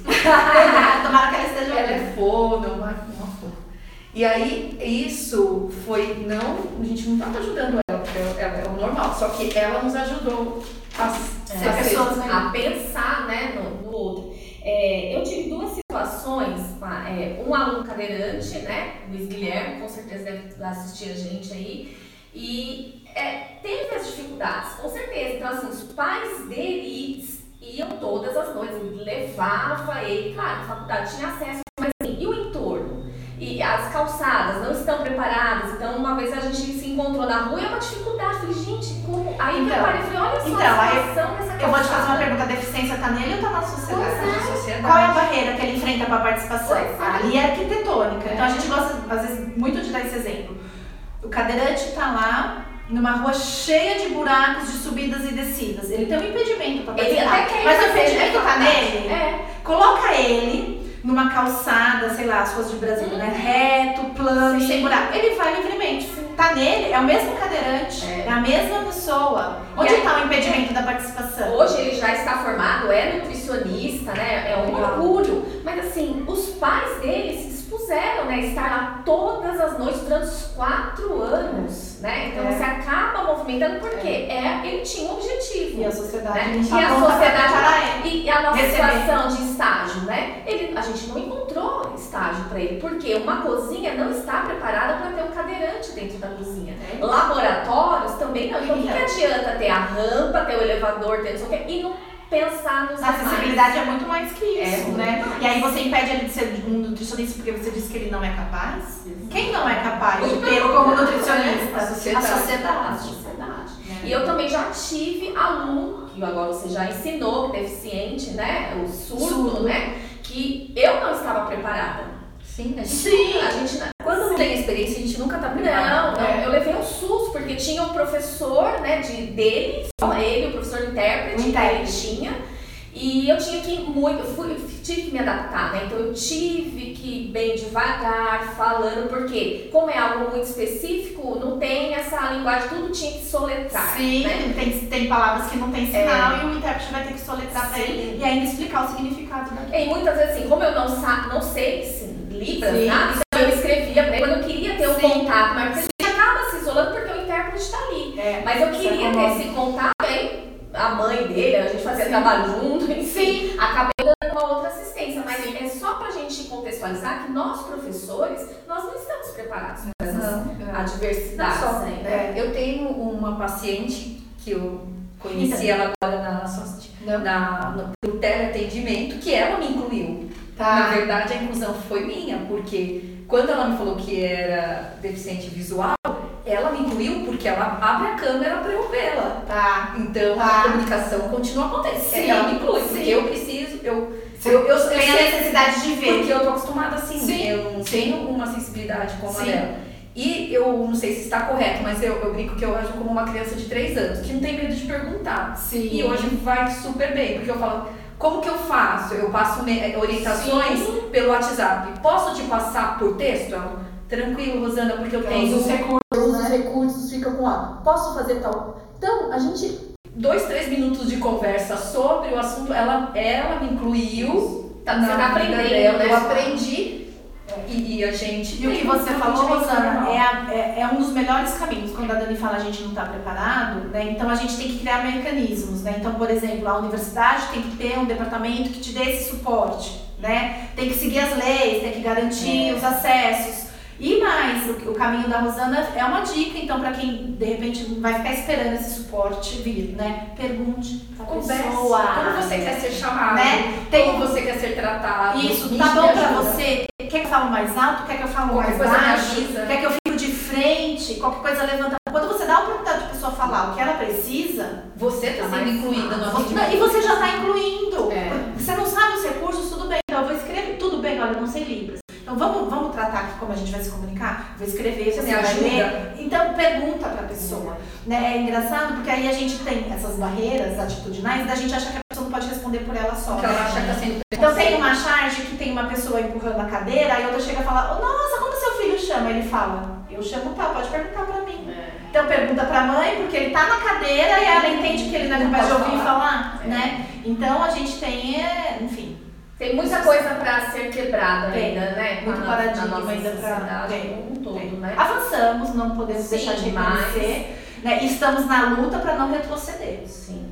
Tomara que ela esteja ela é foda, uma, uma foda. E aí, isso foi... não, a gente não estava ajudando ela, porque ela é o normal, só que ela nos ajudou a, é, a, pessoas, a pensar, né, no, no outro. É, eu tive duas situações, é, um aluno cadeirante, né, Luiz Guilherme, com certeza deve assistir a gente aí, e é, teve as dificuldades, com certeza. Então, assim, os pais dele iam todas as noites, levava ele, claro, na faculdade tinha acesso, mas assim, e o entorno? E as calçadas não estão preparadas, então uma vez a gente se encontrou na rua e é uma dificuldade. Falei, gente, como? Aí então, meu pai falou, olha só então, a situação aí, dessa Eu vou te fazer uma pergunta, a deficiência tá nele ou tá na sociedade? Pois é. Na sociedade. Qual é a barreira que ele enfrenta para a participação? Pois é. Ali é arquitetônica. Então a gente gosta, às vezes, muito de dar esse exemplo. O cadeirante está lá numa rua cheia de buracos, de subidas e descidas. Ele tem um impedimento para Ele participar. até quer Mas o fazer, impedimento né, está nele. É. Coloca ele numa calçada, sei lá, as ruas de Brasília, né? Reto, plano, Sim. sem buraco. Ele vai livremente. Tá nele, é o mesmo cadeirante, é, É. é a mesma pessoa. Onde está o impedimento da participação? Hoje ele já está formado, é nutricionista, né? É um Legal. orgulho. Mas assim, os pais dele se dispuseram, né? Estar lá todas as noites durante os quatro anos, né? Então É. você acaba movimentando porque é. ele tinha um objetivo. E a sociedade Né? não E tá a pronta pra sociedade preparar ele. e a nossa Receber. situação de estágio, né? Ele, a gente não encontrou estágio para ele, porque uma cozinha não está preparada para ter um cadeirante dentro da cozinha. É. Laboratórios também não. Então o que, que Então. adianta ter a rampa, ter o elevador, ter não sei o quê, e não pensar nos A demais? acessibilidade é muito mais que É isso, muito né? mais. E aí você impede ele de ser um nutricionista porque você disse que ele não é capaz? Quem não é capaz de Muito ter pelo como contrário, nutricionista? né? A sociedade. A sociedade. A sociedade. É. E eu também já tive aluno, que agora você já ensinou, que é deficiente, né? O surdo, Surdo. né? Que eu não estava preparada. Sim, a gente, Sim, a gente quando não tem experiência, a gente nunca tá preparado. Não, não, É. eu levei um susto, porque tinha um professor, né, de, dele, só ele, o professor intérprete, Um que ele intérprete. tinha, e eu tinha que muito, eu fui, eu tive que me adaptar, né, então eu tive que ir bem devagar, falando, porque como é algo muito específico, não tem essa linguagem, tudo tinha que soletrar, Sim, né. tem, tem palavras que não tem sinal e o intérprete vai ter que soletrar pra Sim. ele e ainda explicar o significado daquilo. E muitas vezes, assim, como eu não, sa não sei, assim, Libras, Sim. nada, então eu escrevia pra ele, quando eu queria ter um Sim. contato, mas porque a gente acaba se isolando porque o intérprete está ali. É. Mas eu Isso queria é ter comum. esse contato, aí a mãe dele, a gente fazia Sim. trabalho junto, enfim, acabei dando uma outra assistência. Mas é só pra gente contextualizar que nós, professores, nós não estamos preparados para essas Não, é. adversidades. Não só, né? é, eu tenho uma paciente que eu conheci Então. ela agora na, Não. na, no, no teleatendimento, que ela me incluiu. Tá. Na verdade, a inclusão foi minha, porque quando ela me falou que era deficiente visual, ela me incluiu porque ela abre a câmera para eu vê-la. Tá. Então, Tá. a comunicação continua acontecendo. Sim, Ela me inclui, sim. porque eu preciso, eu, Você eu, eu, eu tem a sei- necessidade de ver. porque eu tô acostumada assim, Sim. eu não tenho uma sensibilidade como a Sim. dela. E eu não sei se está correto, mas eu, eu brinco que eu ajo como uma criança de três anos, que não tem medo de perguntar. Sim. E hoje vai super bem, porque eu falo, como que eu faço? Eu passo me- orientações Sim. pelo WhatsApp. Posso te passar por texto? Ela, tranquilo, Rosana, porque eu tenho os recursos, os recursos, fica com a. Posso fazer tal? Então, a gente. Dois, três minutos de conversa sobre o assunto, ela, ela me incluiu. Tá, na você tá vida aprendendo, dela, né? Eu aprendi. E, e a gente. E o que tem você um falou, atendimento Rosana, normal. é, a- é, é um dos melhores caminhos. Quando a Dani fala a gente não está preparado, né? Então a gente tem que criar mecanismos, né? Então, por exemplo, a universidade tem que ter um departamento que te dê esse suporte, né? Tem que seguir as leis, tem que garantir os acessos. E mais, o, o caminho da Rosana é uma dica, então, para quem de repente vai ficar esperando esse suporte vir, né? Pergunte pra Converse. pessoa. Como você quer ser chamado, Né? como você quer ser tratado. Isso, Me tá bom pra ajuda. você? Quer que eu falo mais alto? Quer que eu falo Qualquer mais coisa me baixo? avisa. Quer que eu fico de frente? Qualquer coisa levanta. Quando você dá a oportunidade de pessoa falar o que ela precisa, Você está Tá sendo mais incluída no você- atendimento. e você já está incluindo. É. Você não sabe os recursos, tudo bem. Então eu vou escrever, tudo bem, olha, eu não sei Libras. Então vamos, vamos tratar aqui como a gente vai se comunicar? Vou escrever, você me vai ajuda? ler. Então pergunta pra pessoa. Né? É engraçado porque aí a gente tem essas barreiras atitudinais da gente achar que a pessoa não pode responder por ela só. Porque ela acha que está sendo Então tem uma charge que tem uma pessoa empurrando a cadeira, aí outra chega e fala, oh, nossa, como seu filho chama? Ele fala, eu chamo tal, pode perguntar pra mim. É. Então pergunta pra mãe, porque ele tá na cadeira e ela entende que ele não é capaz de Pode ouvir e falar. falar, É. né? Então a gente tem, é, enfim, Tem muita coisa para ser quebrada Tem. ainda, né? Muito na, paradigma na nossa ainda pra- sociedade tem, como um todo, tem. né? avançamos, não podemos Sim, deixar de mas- reconhecer, né? E estamos na luta pra não retroceder. Sim.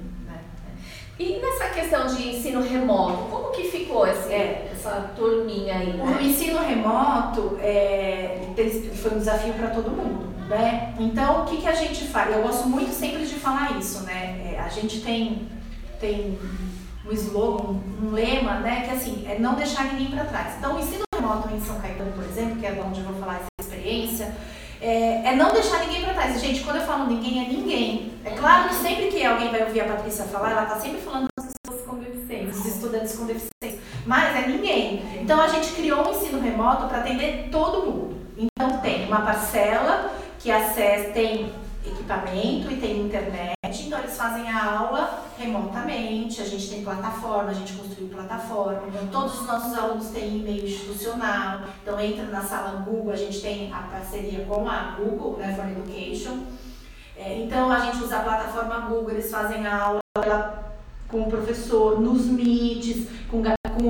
E nessa questão de ensino remoto, como que ficou esse, É. essa turminha aí, O né? ensino remoto é, tem- foi um desafio para todo mundo, né? Então, o que, que a gente faz? Eu gosto muito sempre de falar isso, né? É, a gente tem, tem um slogan, um lema, né? Que assim, é não deixar ninguém para trás. Então, o ensino remoto em São Caetano, por exemplo, que é de onde eu vou falar essa experiência, é, é não deixar ninguém para trás. Gente, quando eu falo ninguém, é ninguém. É claro que sempre que alguém vai ouvir a Patrícia falar, ela tá sempre falando das pessoas com deficiência, dos estudantes com deficiência, mas é ninguém. Então a gente criou um ensino remoto para atender todo mundo. Então tem uma parcela que acessa, tem equipamento e tem internet, então eles fazem a aula remotamente, a gente tem plataforma, a gente construiu plataforma, todos os nossos alunos têm e-mail institucional, então entra na sala Google, a gente tem a parceria com a Google, né, for Education, é, então a gente usa a plataforma Google, eles fazem a aula ela, com o professor, nos Meets, com,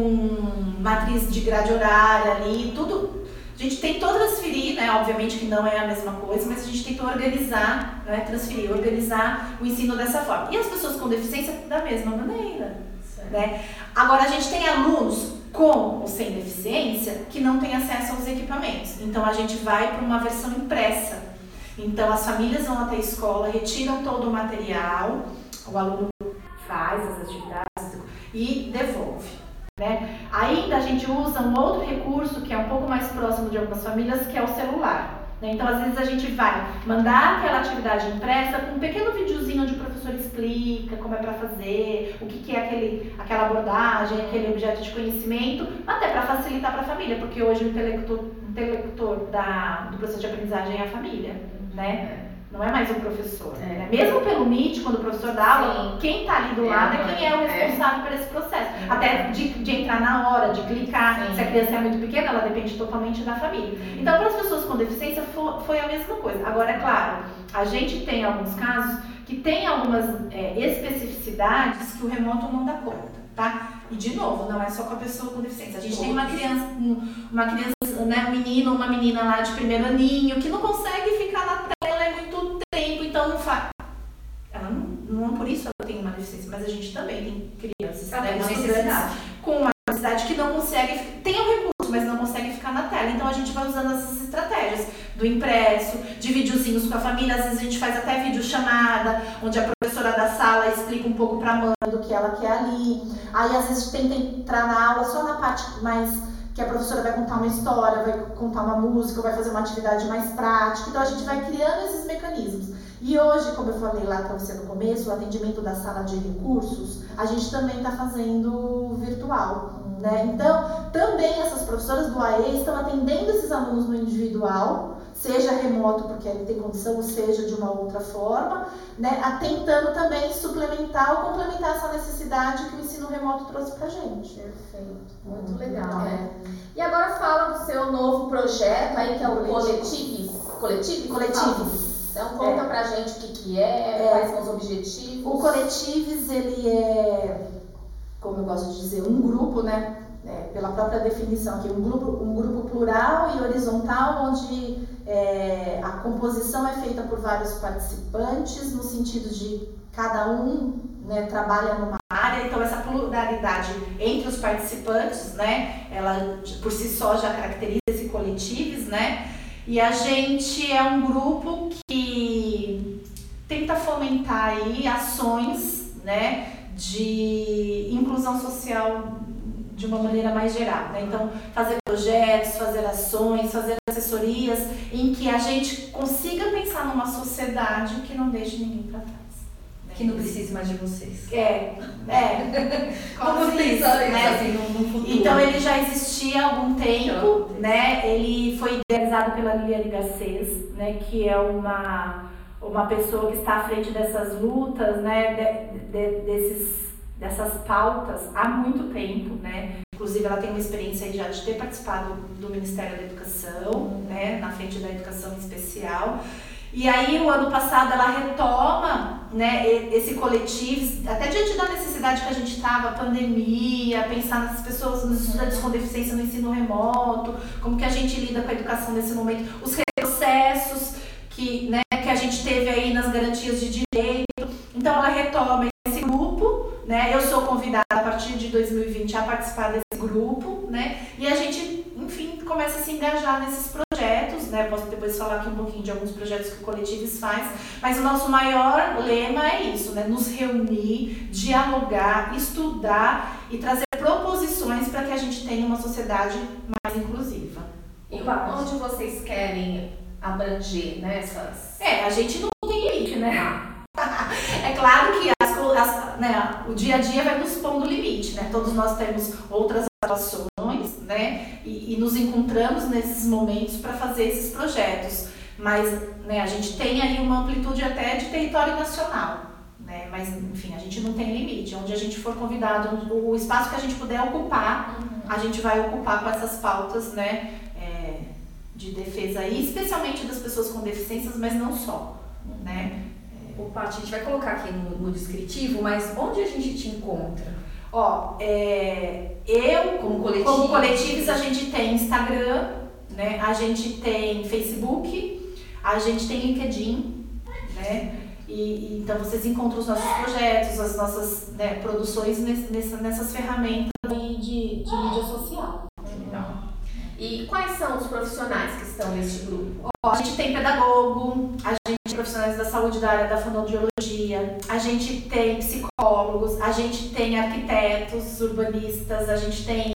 com matriz de grade horária ali, tudo. A gente tentou transferir, né, obviamente que não é a mesma coisa, mas a gente tentou organizar, né, transferir, organizar o ensino dessa forma. E as pessoas com deficiência da mesma maneira, né? Agora a gente tem alunos com ou sem deficiência que não têm acesso aos equipamentos. Então a gente vai para uma versão impressa. Então as famílias vão até a escola, retiram todo o material, o aluno faz as atividades e devolve. Né? Ainda a gente usa um outro recurso que é um pouco mais próximo de algumas famílias, que é o celular. Né? Então, às vezes a gente vai mandar aquela atividade impressa com um pequeno videozinho onde o professor explica como é para fazer, o que, que é aquele, aquela abordagem, aquele objeto de conhecimento, até para facilitar para a família, porque hoje o interlocutor, interlocutor da, do processo de aprendizagem é a família, né? Não é mais o professor. É. Né? Mesmo pelo Meet, quando o professor dá aula, Sim. quem está ali do lado é, é quem é o responsável é. por esse processo. É. Até de, de entrar na hora, de clicar. Sim. Se a criança é muito pequena, ela depende totalmente da família. Sim. Então, para as pessoas com deficiência, foi, foi a mesma coisa. Agora, é claro, a gente tem alguns casos que tem algumas é, especificidades que o remoto não dá conta, tá? E, de novo, não é só com a pessoa com deficiência. A gente tem uma criança, uma criança, né, um menino ou uma menina lá de primeiro aninho que não consegue ficar na tela, é muito tempo, então não faz. Ela não, não por isso ela tem uma deficiência, mas a gente também tem crianças ela né, tem uma necessidade. com uma necessidade que não consegue, tem o recurso, mas não consegue ficar na tela. Então a gente vai usando essas estratégias do impresso, de videozinhos com a família, às vezes a gente faz até videochamada, onde a professora da sala explica um pouco para a mãe do que ela quer ali. Aí às vezes tenta entrar na aula só na parte mais que a professora vai contar uma história, vai contar uma música, vai fazer uma atividade mais prática. Então a gente vai criando esses mecanismos. E hoje, como eu falei lá para você no começo, o atendimento da sala de recursos, a gente também está fazendo virtual, né? Então, também essas professoras do A E estão atendendo esses alunos no individual, seja remoto porque ele tem condição, ou seja de uma outra forma, né? Tentando também suplementar ou complementar essa necessidade que o ensino remoto trouxe pra gente. Perfeito, muito legal, né? E agora fala do seu novo projeto aí, que é o Coletives. Coletives? Coletives. Então conta é. pra gente o que, que é, é, quais são os objetivos. O Coletives, ele é, como eu gosto de dizer, um grupo, né? É, pela própria definição aqui, um grupo, um grupo plural e horizontal, onde é, a composição é feita por vários participantes, no sentido de cada um, né, trabalha numa área, então essa pluralidade entre os participantes, né, ela por si só já caracteriza esse Coletives, né, e a gente é um grupo que tenta fomentar aí ações, né, de inclusão social de uma maneira mais geral, né? Então, fazer projetos, fazer ações, fazer assessorias em que a gente consiga pensar numa sociedade que não deixe ninguém para trás. Né? Que não precise mais de vocês. É, é. Como diz, né? Assim, no, no futuro. Então, ele já existia há algum tempo, né? Ele foi idealizado pela Liliane Garcês, né? Que é uma, uma pessoa que está à frente dessas lutas, né? De, de, desses dessas pautas há muito tempo, né? Inclusive ela tem uma experiência aí já de ter participado do Ministério da Educação, né? Na frente da educação especial. E aí o ano passado ela retoma, né, esse Coletives, até diante da necessidade que a gente estava, pandemia, pensar nas pessoas, nos estudantes com deficiência no ensino remoto, como que a gente lida com a educação nesse momento, os retrocessos que, né, que a gente teve aí nas garantias de direito. Então ela retoma esse grupo, né? Eu sou convidada a partir de dois mil e vinte a participar desse grupo, né? E a gente, enfim, começa a se engajar nesses projetos, né? Posso depois falar aqui um pouquinho de alguns projetos que o Coletives faz, mas o nosso maior lema é isso, né? Nos reunir, dialogar, estudar e trazer proposições para que a gente tenha uma sociedade mais inclusiva. E onde vocês querem abranger, né? Essas... É, a gente não tem limite, né? claro que as, as, né, o dia a dia vai nos pondo limite, né? Todos nós temos outras atuações, né? E, e nos encontramos nesses momentos para fazer esses projetos. Mas, né, a gente tem aí uma amplitude até de território nacional, né? Mas, enfim, a gente não tem limite. Onde a gente for convidado, o espaço que a gente puder ocupar, uhum. a gente vai ocupar com essas pautas, né, é, de defesa aí, especialmente das pessoas com deficiências, mas não só, né? O Paty, a gente vai colocar aqui no, no descritivo, mas onde a gente te encontra? Ó, é, eu, como coletivo, como coletivos, a gente tem Instagram, né? A gente tem Facebook, a gente tem LinkedIn, né? E, e, então vocês encontram os nossos projetos, as nossas, né, produções nessa, nessas ferramentas de, de, de mídia social. Legal. E quais são os profissionais que estão neste grupo? Ó, a gente tem pedagogo, a gente tem profissionais da saúde da área da fonoaudiologia, a gente tem psicólogos, a gente tem arquitetos, urbanistas, a gente tem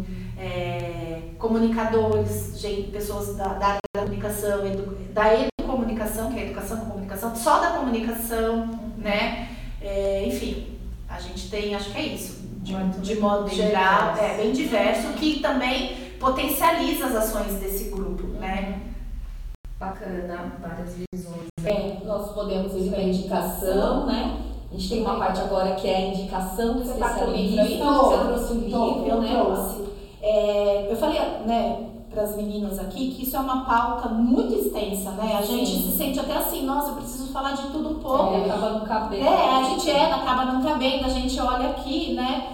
é, comunicadores, gente, pessoas da, da área da comunicação, edu, da educomunicação, que é a educação com comunicação, só da comunicação, né? É, enfim, a gente tem, acho que é isso, de, de modo geral, diverso. É bem diverso, que também potencializa as ações desse grupo, né? Bacana, várias visões. Bem, nós podemos ir para a indicação, né? A gente tem uma parte agora que é a indicação do especialista. Você trouxe um livro, eu né? trouxe. É, eu falei, né, para as meninas aqui que isso é uma pauta muito extensa, né? A gente Sim. se sente até assim, nossa, eu preciso falar de tudo um pouco. É, acaba não cabendo. É, a gente é, acaba não cabendo, a gente olha aqui, né?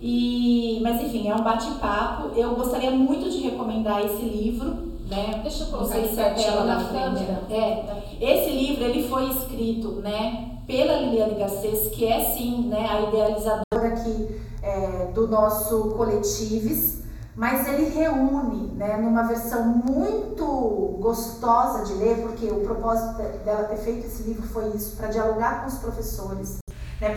E, mas enfim, é um bate-papo. Eu gostaria muito de recomendar esse livro, né? Deixa eu colocar aqui a tela na na frente. É, esse livro ele foi escrito, né, pela Liliane Garcês, que é sim, né, a idealizadora aqui é, do nosso Coletives, mas ele reúne, né, numa versão muito gostosa de ler, porque o propósito dela ter feito esse livro foi isso, para dialogar com os professores, né,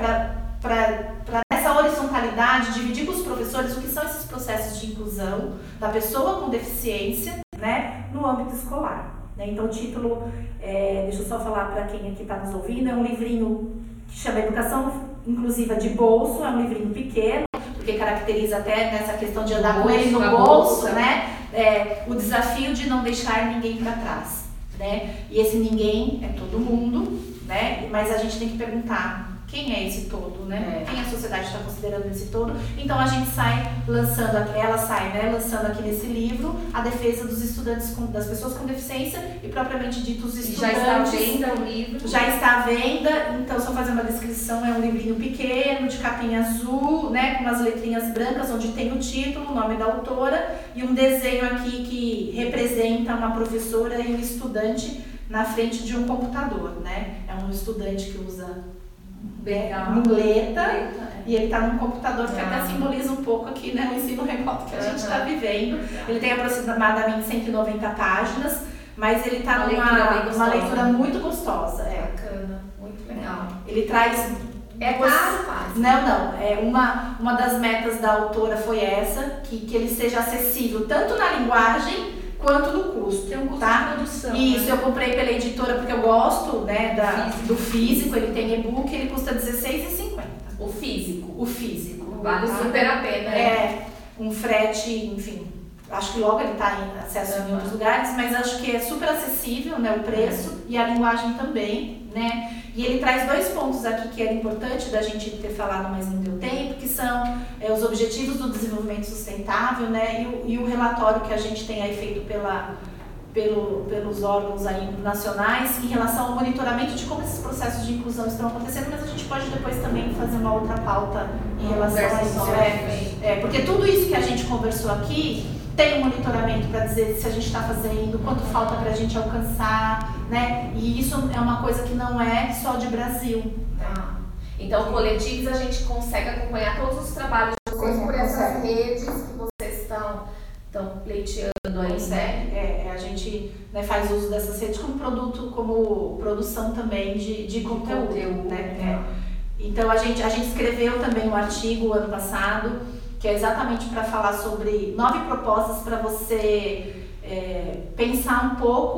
para essa horizontalidade, dividir com os professores o que são esses processos de inclusão da pessoa com deficiência, né, no âmbito escolar. Né? Então o título, é, deixa eu só falar para quem aqui está nos ouvindo, é um livrinho que chama Educação Inclusiva de Bolso, é um livrinho pequeno, porque caracteriza até nessa questão de andar com ele no bolso, né, é, o desafio de não deixar ninguém para trás. Né? E esse ninguém é todo mundo, né? Mas a gente tem que perguntar quem é esse todo, né? É. Quem a sociedade está considerando esse todo? Então a gente sai lançando, ela sai, né, lançando aqui nesse livro a defesa dos estudantes, com, das pessoas com deficiência e propriamente dito os estudantes. Já está à venda o livro? Já está à venda, então só fazer uma descrição, é um livrinho pequeno, de capinha azul, né, com umas letrinhas brancas, onde tem o título, o nome da autora e um desenho aqui que representa uma professora e um estudante na frente de um computador, né? É um estudante que usa Legal. muleta, é. E ele está num computador que ah. até simboliza um pouco aqui, né, o ensino remoto que a gente está uhum. vivendo. Ele tem aproximadamente cento e noventa páginas, mas ele está numa leitura uma leitura muito gostosa. É. Bacana, muito legal. Ele traz... É caro, fácil? Não, não. É uma, uma das metas da autora foi essa, que, que ele seja acessível tanto na linguagem quanto no custo. Tem um custo tá? de produção. Isso, né? eu comprei pela editora porque eu gosto, né, da, físico. do físico, ele tem e-book, ele custa dezesseis reais e cinquenta centavos. O físico? O físico. Vale tá? super a pena. É, um frete, enfim, acho que logo ele está em acesso uhum. em outros lugares, mas acho que é super acessível, né, o preço uhum. e a linguagem também, né? E ele traz dois pontos aqui que era importante da gente ter falado, mas não deu tempo, que são é, os Objetivos do Desenvolvimento Sustentável, né, e o, e o relatório que a gente tem aí feito pela, pelo, pelos órgãos aí nacionais em relação ao monitoramento de como esses processos de inclusão estão acontecendo, mas a gente pode depois também fazer uma outra pauta em relação a isso. É, é, porque tudo isso que a gente conversou aqui tem um monitoramento para dizer se a gente está fazendo, quanto falta para a gente alcançar, né? E isso é uma coisa que não é só de Brasil. Ah, então, coletivos, a gente consegue acompanhar todos os trabalhos de vocês por essas redes que vocês estão, estão pleiteando aí, né? É, a gente, né, faz uso dessas redes como produto, como produção também de, de conteúdo, conteúdo, né? É. Então, a gente, a gente escreveu também um artigo ano passado, que é exatamente para falar sobre nove propostas para você é, pensar um pouco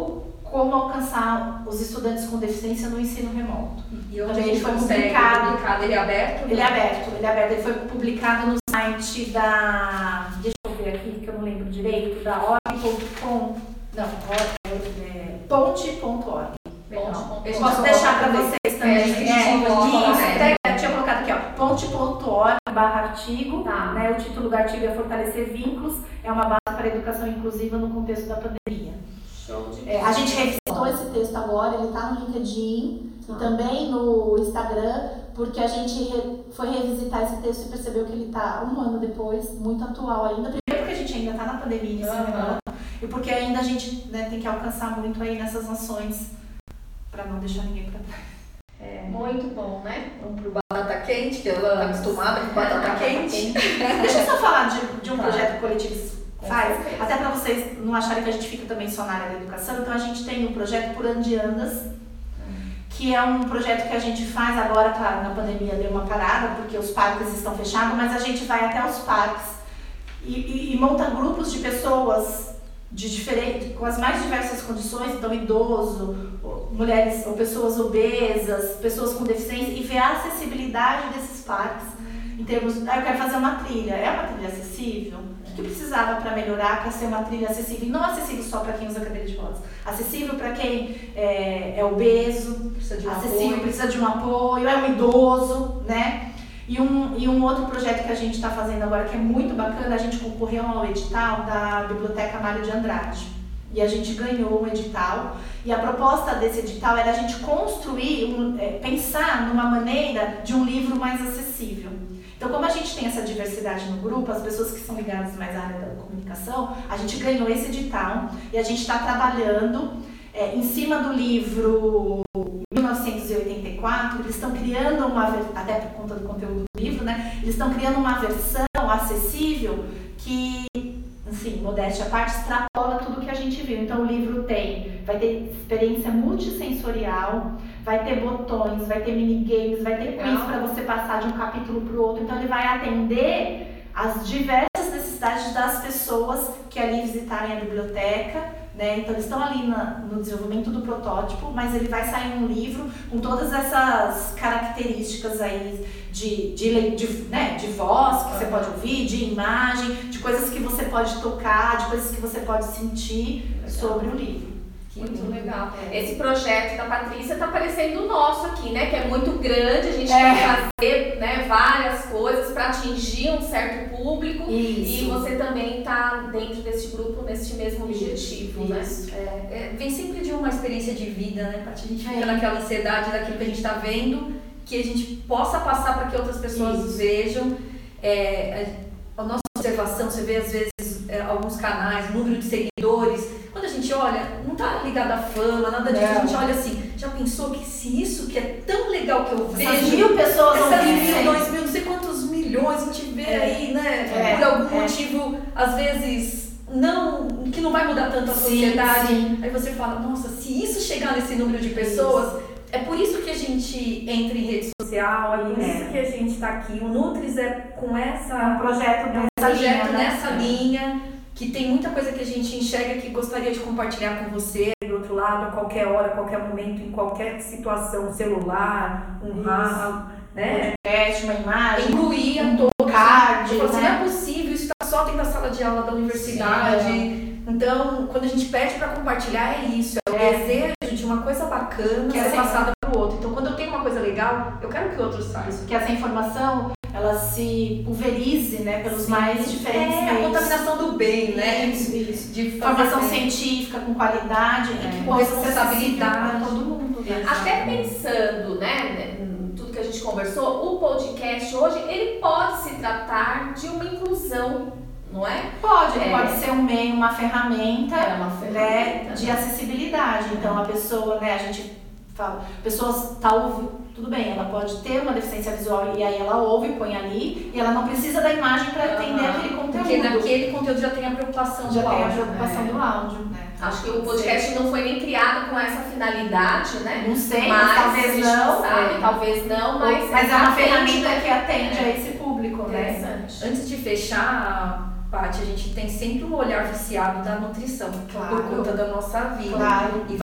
como alcançar os estudantes com deficiência no ensino remoto. E onde Também a gente foi consegue publicado. publicado, ele é aberto? Ele é aberto, ele é aberto, ele foi publicado no site da, deixa eu ver aqui que eu não lembro direito, da org ponto com, não, é, ponte ponto org. Legal. Eu posso deixar para vocês também. É, É, isso, isso, é. até eu tinha colocado aqui, ó, ponte ponto org barra artigo, Tá. né, o título do artigo é Fortalecer Vínculos, é uma base para a educação inclusiva no contexto da pandemia. Show de É, a gente revisitou esse texto agora, ele está no LinkedIn e também no Instagram, porque a gente re, foi revisitar esse texto e percebeu que ele está um ano depois, muito atual ainda. Primeiro porque a gente ainda está na pandemia, esse Uhum. e porque ainda a gente, né, tem que alcançar muito aí nessas ações para não deixar ninguém para trás. É. Muito bom, né? Vamos pro batata quente, que ela tá acostumada com batata quente. Deixa eu só falar de, de um Tá. projeto coletivo que Com faz, certeza. até para vocês não acharem que a gente fica também só na área da educação. Então a gente tem um projeto Por Ano de Andas, que é um projeto que a gente faz agora, claro, na pandemia deu uma parada, porque os parques estão fechados, mas a gente vai até os parques e, e, e monta grupos de pessoas de diferente, com as mais diversas condições, então idoso, ou mulheres ou pessoas obesas, pessoas com deficiência, e ver a acessibilidade desses parques em termos, ah, eu quero fazer uma trilha, é uma trilha acessível? O que precisava para melhorar, para ser uma trilha acessível? E não acessível só para quem usa cadeira de rodas, acessível para quem é, é obeso, Precisa de um acessível, apoio. precisa de um apoio, é um idoso, né? E um, e um outro projeto que a gente está fazendo agora que é muito bacana, a gente concorreu ao edital da Biblioteca Mário de Andrade. E a gente ganhou o edital. E a proposta desse edital era a gente construir, um, é, pensar numa maneira de um livro mais acessível. Então, como a gente tem essa diversidade no grupo, as pessoas que são ligadas mais à área da comunicação, a gente ganhou esse edital e a gente está trabalhando é, em cima do livro mil novecentos e oitenta e quatro, eles estão criando uma, até por conta do conteúdo do livro, né? Eles estão criando uma versão acessível que, assim, modéstia à parte, extrapola tudo que a gente viu. Então o livro tem, vai ter experiência multissensorial, vai ter botões, vai ter minigames, vai ter quiz para você passar de um capítulo para o outro. Então ele vai atender as diversas necessidades das pessoas que ali visitarem a biblioteca. Né? Então eles estão ali na, no desenvolvimento do protótipo, mas ele vai sair um livro com todas essas características aí de, de, de, né? de voz que você pode ouvir, de imagem, de coisas que você pode tocar, de coisas que você pode sentir sobre o livro. Muito legal. Esse projeto da Patrícia tá parecendo o nosso aqui, né? Que é muito grande, a gente É. quer fazer, né, várias coisas para atingir um certo público. Isso. E você também tá dentro desse grupo, nesse mesmo objetivo, né? Isso. É, vem sempre de uma experiência de vida, né, Paty? A gente fica É. naquela ansiedade daquilo que a gente está vendo, que a gente possa passar para que outras pessoas Isso. vejam. É, a, a nossa observação, você vê às vezes é, alguns canais, número de seguidores. Quando a gente olha, não tá ligado à fama, nada disso. Não. A gente olha assim, já pensou que se isso que é tão legal que eu Essas vejo, mil pessoas essas ouvindo, mil, dois mil, não sei quantos milhões a gente vê É. aí, né? É. Por algum É. motivo, às vezes, não, que não vai mudar tanto a Sim, sociedade. sim. Aí você fala, nossa, se isso chegar nesse número de pessoas, é por isso que a gente entra em rede social, é por É. isso que a gente está aqui. O Nutris é com essa É um projeto é um nessa projeto linha, né? nessa linha, que tem muita coisa que a gente enxerga que gostaria de compartilhar com você, do outro lado, a qualquer hora, a qualquer momento, em qualquer situação, celular, um Isso. rádio, né? Podcast, uma imagem, Incluir a um todos. card, Eu falo assim, né? não é possível, isso está só dentro da sala de aula da universidade. Então, quando a gente pede para compartilhar, é isso, é o É. desejo de uma coisa bacana Que ser assim- passada para o outro. Então, quando eu tenho uma coisa legal, eu quero que outros saibam. Que essa informação ela se pulverize, né, pelos Sim. mais diferentes É, a meios. contaminação do bem, né? Isso, isso. De Informação fazer bem. científica com qualidade É. e que Com possa ser responsabilidade. acessível para todo mundo. Né? Até pensando, né, em tudo que a gente conversou, o podcast hoje, ele pode se tratar de uma inclusão, não é? Pode, É. pode ser um meio, uma ferramenta, É uma né, ferramenta, de né? acessibilidade. Então a pessoa, né, a gente fala, a pessoa tá ouvindo, tudo bem, ela pode ter uma deficiência visual e aí ela ouve, põe ali, e ela não precisa da imagem para entender Aham. aquele conteúdo. Porque naquele conteúdo já tem a preocupação já do tem a áudio, preocupação né? do áudio, né? Acho que o podcast não foi nem criado com essa finalidade, né? Não sei, Mas mas a talvez gente não. sabe, é. talvez não, mas, Mas é uma atende, ferramenta né? que atende É. a esse público, né? Interessante. Antes de fechar, Paty, a gente tem sempre um olhar viciado da nutrição, Claro. por conta da nossa vida. Claro. E vai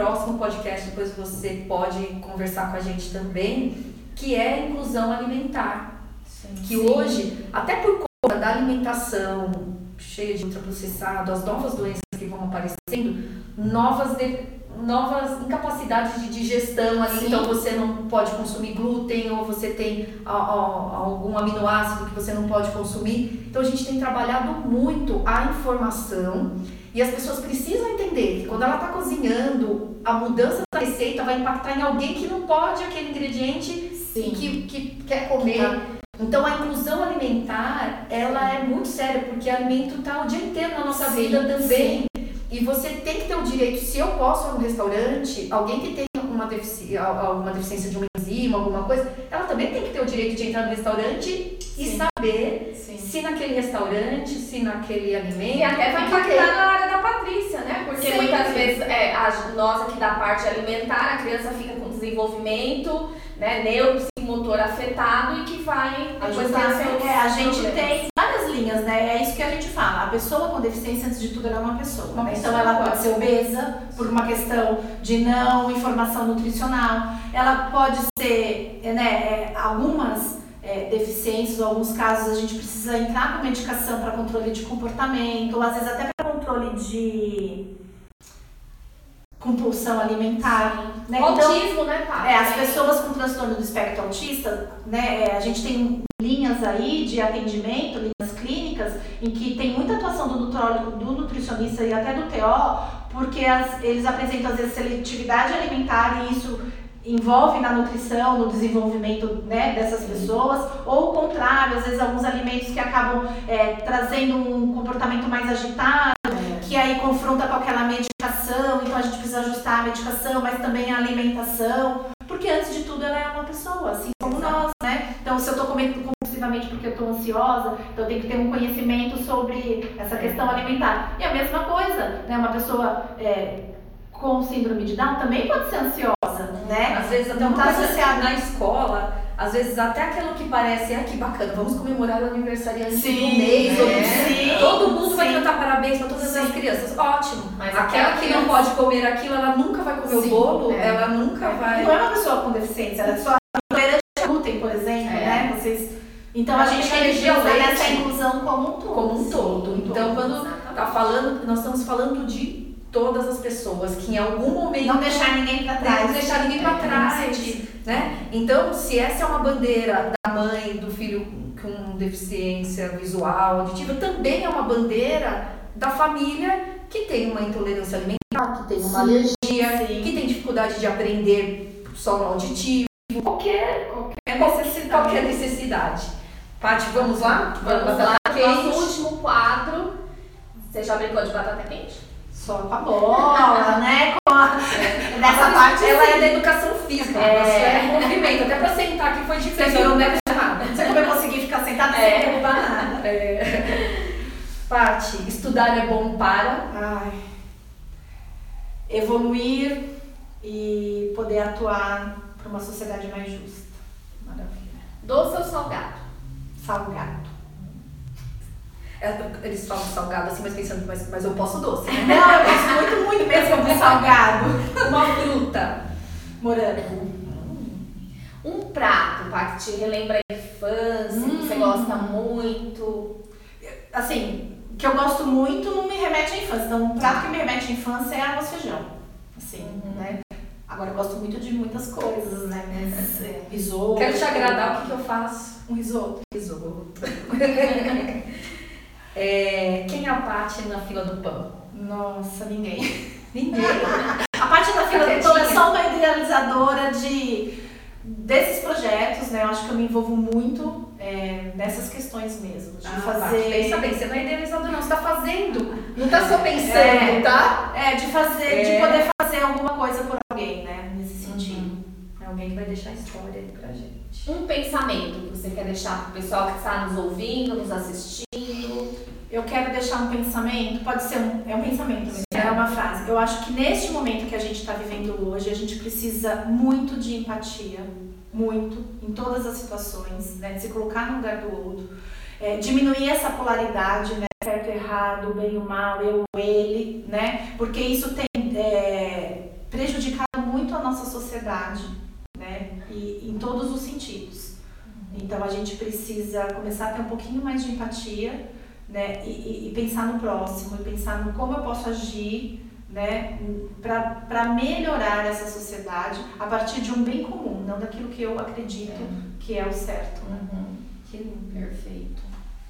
próximo podcast, depois você pode conversar com a gente também, que é a inclusão alimentar. Sim, que sim. hoje, até por conta da alimentação cheia de ultraprocessado, as novas doenças que vão aparecendo, novas, de, novas incapacidades de digestão ali, então você não pode consumir glúten ou você tem a, a, algum aminoácido que você não pode consumir. Então a gente tem trabalhado muito a informação e as pessoas precisam entender que quando ela está cozinhando, a mudança da receita vai impactar em alguém que não pode aquele ingrediente Sim. e que, que quer comer. Tá. Então a inclusão alimentar, ela é muito séria, porque alimento está o dia inteiro na nossa sim, vida também. Sim. E você tem que ter o direito, se eu posso ir no restaurante, alguém que tem uma, defici- alguma deficiência de uma enzima, alguma coisa, ela também tem que ter o direito de entrar no restaurante sim. e saber sim. se naquele restaurante, se naquele alimento... E até vai impactar na área da Patrícia, né? Porque sim, muitas sim. vezes é, a, nós aqui da parte alimentar, a criança fica com desenvolvimento, né, neuropsicomotor afetado e que vai depois ter seus é, a gente problemas. Tem várias linhas, né? É isso que a gente fala. A pessoa com deficiência, antes de tudo, ela é uma pessoa. Uma né? pessoa então ela pode ser obesa por uma questão de não informação nutricional. Ela pode ser, né, é, algumas é, deficiências, ou alguns casos a gente precisa entrar com medicação para controle de comportamento, ou às vezes até para controle de compulsão alimentar, né? O autismo, então, né, pai? É, as pessoas com transtorno do espectro autista, né, a gente tem linhas aí de atendimento, linhas clínicas, em que tem muita atuação do nutrólogo, do nutricionista e até do T O, porque as, eles apresentam às vezes seletividade alimentar e isso envolve na nutrição, no desenvolvimento, né, dessas pessoas, ou o contrário, às vezes alguns alimentos que acabam é, trazendo um comportamento mais agitado, que aí confronta com aquela medicação, então a gente precisa ajustar a medicação, mas também a alimentação, porque antes de tudo ela é uma pessoa, assim como nós, né? Então se eu estou comendo compulsivamente porque eu estou ansiosa, então eu tenho que ter um conhecimento sobre essa questão alimentar. E a mesma coisa, né? Uma pessoa é, com síndrome de Down também pode ser ansiosa, né? Às vezes até não está associado na escola. Às vezes até aquilo que parece, ah, que bacana, vamos comemorar o aniversariante do mês, é, ou sim, todo mundo sim. vai cantar parabéns para todas sim. as crianças, ótimo. Mas aquela que não pode comer aquilo, ela nunca vai comer sim, o bolo, é. ela nunca é. vai... Não é uma pessoa com deficiência, ela é só intolerante a glúten, por exemplo, é. né? Vocês... Então a, a gente tem que pensar nessa inclusão como um todo. Como um todo. Sim, então todo. quando Exatamente. tá falando, nós estamos falando de todas as pessoas, que em algum momento... Não deixar ninguém para trás. Não deixar ninguém para trás, né? Então, se essa é uma bandeira da mãe, do filho com deficiência visual, auditiva, também é uma bandeira da família que tem uma intolerância alimentar, que tem uma sim, alergia, sim. que tem dificuldade de aprender só auditivo, qualquer, qualquer, necessidade. qualquer necessidade. Paty, vamos lá? Vamos, vamos lá. Nosso último quadro. Você já brincou de batata quente? Só com a bola, né? Com a... é. Nessa parte ela sim. é da educação física, é, é movimento. Até pra sentar aqui foi difícil, não deve ser nada. Você não vai conseguir ficar sentada é. sem derrubar nada. É. Paty, estudar é bom para Ai. evoluir e poder atuar para uma sociedade mais justa. Maravilha. Doce ou salgado? Salgado. Eles falam salgado assim, mas pensando, mas, mas eu posso doce, né? Não, eu gosto muito, muito mesmo de salgado. Uma fruta. Morango. Um prato, para que te relembra a infância, hum. que você gosta muito. Assim, que eu gosto muito não me remete à infância. Então, um prato que me remete à infância é arroz e feijão. Assim, uhum. né? Agora eu gosto muito de muitas coisas, né? Mas, é, risoto. Quero te agradar, o que, que eu faço? Um risoto. Risoto. É, quem é a Paty na fila do pão? Nossa, ninguém. Ninguém. A Paty na fila do pão é só uma idealizadora de, desses projetos, né? Eu acho que eu me envolvo muito é, nessas questões mesmo. De ah, fazer. Paty, pensa bem, você não é idealizadora, não, você tá fazendo. Não tá só pensando, é, tá? É, de fazer, é. de poder fazer alguma coisa por alguém, né? Nesse sentido. Uhum. É alguém que vai deixar a história aí pra gente. Um pensamento que você quer deixar pro pessoal que está nos ouvindo, nos assistindo? Eu quero deixar um pensamento, pode ser um, é um pensamento mesmo, é uma frase. Eu acho que neste momento que a gente está vivendo hoje, a gente precisa muito de empatia, muito, em todas as situações, né? De se colocar no lugar do outro, é, diminuir essa polaridade, né? Certo, errado, bem ou mal, eu ou ele, né? Porque isso tem é, prejudicado gente precisa começar a ter um pouquinho mais de empatia, né? E, e, e pensar no próximo, e pensar no como eu posso agir, né? Para melhorar essa sociedade a partir de um bem comum, não daquilo que eu acredito é. que é o certo. Uhum. Que perfeito.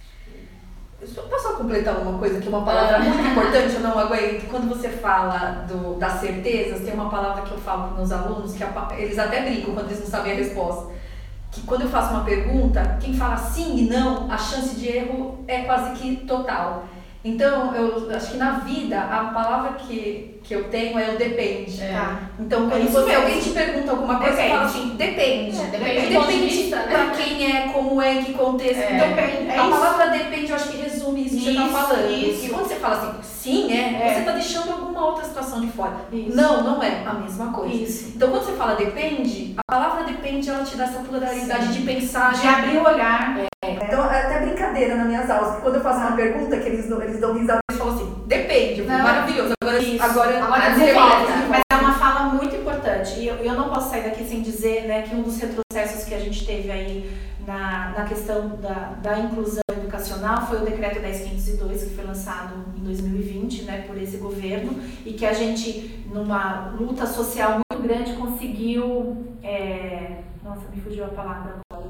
Eu posso só completar uma coisa que é uma palavra muito importante, eu não aguento. Quando você fala do, das certezas, tem uma palavra que eu falo para meus alunos, que a, eles até brincam quando eles não sabem a resposta. Que quando eu faço uma pergunta, quem fala sim e não, a chance de erro é quase que total. Então, eu acho que na vida, a palavra que, que eu tenho é o depende. É. Tá? Então, quando é você, alguém te pergunta alguma coisa, depende. Você fala assim, depende. É, depende depende de vista, pra né? quem é, como é, em que contexto. É. Depende. É a isso. palavra depende, eu acho que resume isso que isso, você está falando. Isso. E quando você fala assim, sim, é, é. você está deixando alguma outra situação de fora. Isso. Não, não é a mesma coisa. Isso. Então, quando você fala depende, a palavra depende, ela te dá essa pluralidade sim. de pensar, de abrir o olhar. É. Então, é até brincadeira nas minhas aulas, porque quando eu faço uma pergunta, que eles, eles dão risada, eles falam assim, depende, não, maravilhoso, agora isso. agora, agora você volta. Mas é uma fala muito importante, e eu, eu não posso sair daqui sem dizer, né, que um dos retrocessos que a gente teve aí na, na questão da, da inclusão educacional foi o decreto dez mil quinhentos e dois, que foi lançado em dois mil e vinte, né, por esse governo, e que a gente, numa luta social muito grande, conseguiu, é... nossa, me fugiu a palavra agora.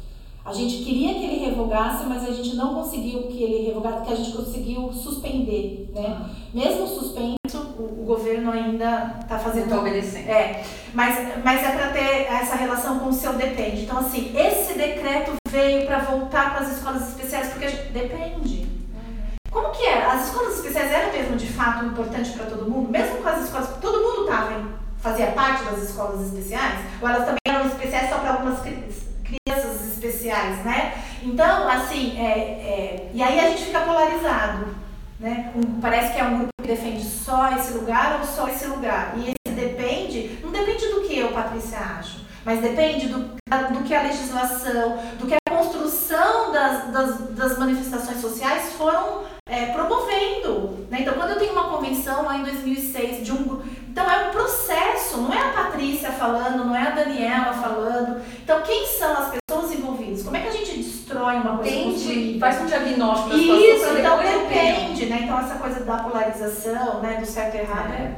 A gente queria que ele revogasse, mas a gente não conseguiu que ele revogasse, porque a gente conseguiu suspender, né? Mesmo suspenso, o, o governo ainda está fazendo... Está obedecendo. É, mas, mas é para ter essa relação com o seu depende. Então, assim, esse decreto veio para voltar para as escolas especiais, porque a gente... depende. Como que é? As escolas especiais eram mesmo, de fato, importantes para todo mundo? Mesmo com as escolas... Todo mundo tava, fazia parte das escolas especiais? Ou elas também eram especiais só para algumas crianças? crianças especiais, né? Então, assim, é, é, e aí a gente fica polarizado, né? Um, parece que é um grupo que defende só esse lugar ou só esse lugar. E esse depende, não depende do que eu, Patrícia, acho, mas depende do, do que a legislação, do que a construção das, das, das manifestações sociais foram é, promovendo, né? Então, quando eu tenho uma convenção lá em dois mil e seis de um grupo, então é um processo, não é a Patrícia falando, não é a Daniela falando. Então quem são as pessoas envolvidas? Como é que a gente destrói uma coisa construída? Faz um diagnóstico da situação. Isso, então depende, né? Então essa coisa da polarização, né, do certo e errado é...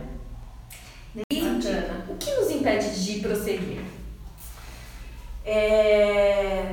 E o que nos impede de prosseguir? É...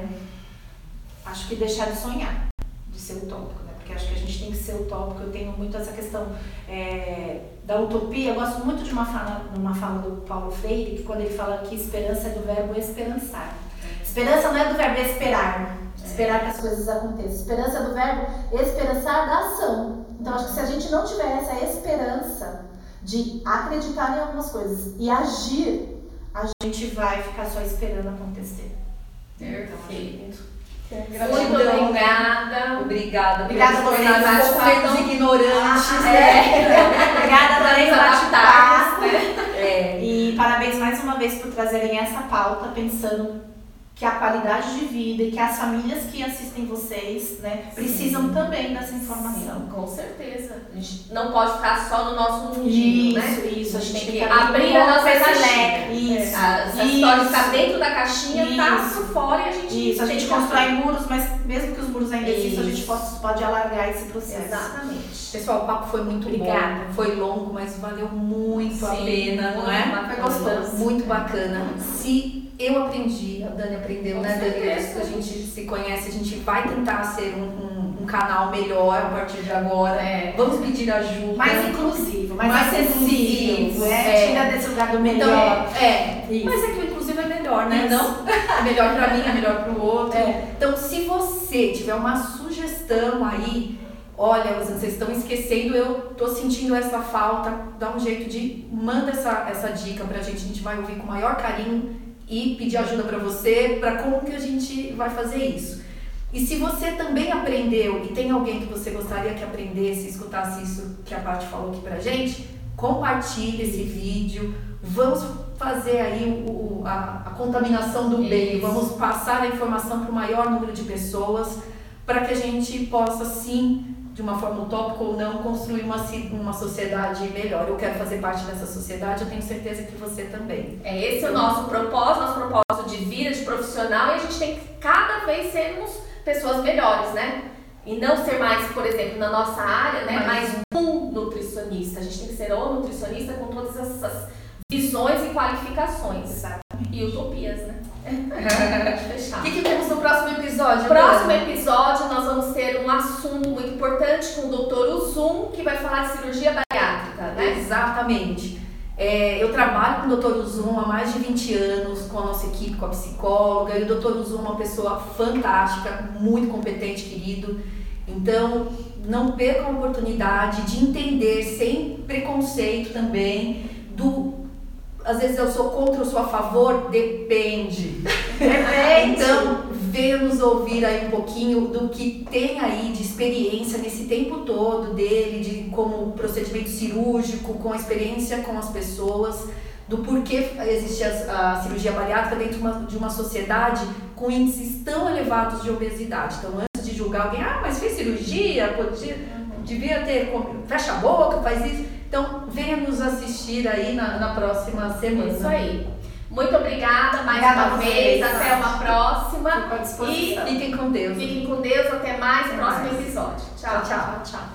Acho que deixar de sonhar, de ser utópico, né? Porque acho que a gente tem que ser utópico. Eu tenho muito essa questão é, da utopia. Eu gosto muito de uma fala, uma fala do Paulo Freire, que quando ele fala que esperança é do verbo esperançar. Esperança não é do verbo esperar, esperar que as coisas aconteçam. Esperança é do verbo esperançar da ação. Então acho que se a gente não tiver essa esperança de acreditar em algumas coisas e agir, a gente vai ficar só esperando acontecer. Perfeito. Então, muito obrigada. Obrigada. Obrigada por vocês. Um pouco menos ignorantes. Ah, é. Obrigada, adorei o bate-papo. Né? É. E parabéns mais uma vez por trazerem essa pauta, pensando que a qualidade de vida e que as famílias que assistem vocês, né, precisam Sim. também dessa informação. Sim, com certeza. A gente não pode ficar só no nosso mundinho, isso, né? Isso, a gente tem que abrir a nossa caixinha. Isso. Essa história de estar dentro da caixinha está por fora e a gente... Isso, a gente constrói muros, mas mesmo que os muros ainda existam, a gente pode, pode alargar esse processo. Exatamente. Pessoal, o papo foi muito Obrigada. bom. Foi longo, mas valeu muito Sim, a pena, não é? Foi gostoso. Muito bacana. Se eu aprendi, a Dani aprendeu, Com né, Dani? certeza. A gente se conhece, a gente vai tentar ser um, um, um canal melhor a partir de agora. É. Vamos pedir ajuda. Mais inclusivo, mais, mais acessível, né? É. Tira desse lugar do melhor. Então, é, Isso. Mas é que o inclusivo é melhor, né? Isso. Não? É melhor pra mim, é melhor pro outro. É. Então, se você tiver uma sugestão aí, olha, vocês estão esquecendo, eu tô sentindo essa falta, dá um jeito de... Manda essa, essa dica pra gente, a gente vai ouvir com o maior carinho e pedir ajuda para você, para como que a gente vai fazer isso. E se você também aprendeu e tem alguém que você gostaria que aprendesse, escutasse isso que a Paty falou aqui pra gente, compartilhe esse vídeo, vamos fazer aí o, a, a contaminação do bem, vamos passar a informação para o maior número de pessoas, para que a gente possa sim de uma forma utópica ou não, construir uma, uma sociedade melhor. Eu quero fazer parte dessa sociedade, eu tenho certeza que você também. É, esse é o nosso propósito, nosso propósito de vida, de profissional, e a gente tem que cada vez sermos pessoas melhores, né? E não ser mais, por exemplo, na nossa área, né, mais um nutricionista. A gente tem que ser o nutricionista com todas essas visões e qualificações. Exato. E utopias, né? O que, que temos no próximo episódio? Próximo Dani? episódio nós vamos ter um assunto muito importante com o doutor Uzum, que vai falar de cirurgia bariátrica, né? Exatamente. É, eu trabalho com o doutor Uzum há mais de vinte anos, com a nossa equipe, com a psicóloga, e o doutor Uzum é uma pessoa fantástica, muito competente, querido. Então, não percam a oportunidade de entender, sem preconceito também, do... Às vezes eu sou contra ou sou a favor, depende. Depende. Então, venha nos ouvir aí um pouquinho do que tem aí de experiência nesse tempo todo dele, de como procedimento cirúrgico, com a experiência com as pessoas, do porquê existe a, a cirurgia bariátrica dentro de uma, de uma sociedade com índices tão elevados de obesidade. Então, antes de julgar alguém, ah, mas fez cirurgia, podia, devia ter, fecha a boca, faz isso. Então, venha nos assistir aí na, na próxima semana. Isso aí. Muito obrigada mais Obrigada uma a vez. vocês. Até uma próxima. Fico à disposição. E Fiquem com Deus. fiquem com Deus. Até mais. Até Próximo mais. episódio. Tchau, tchau. tchau.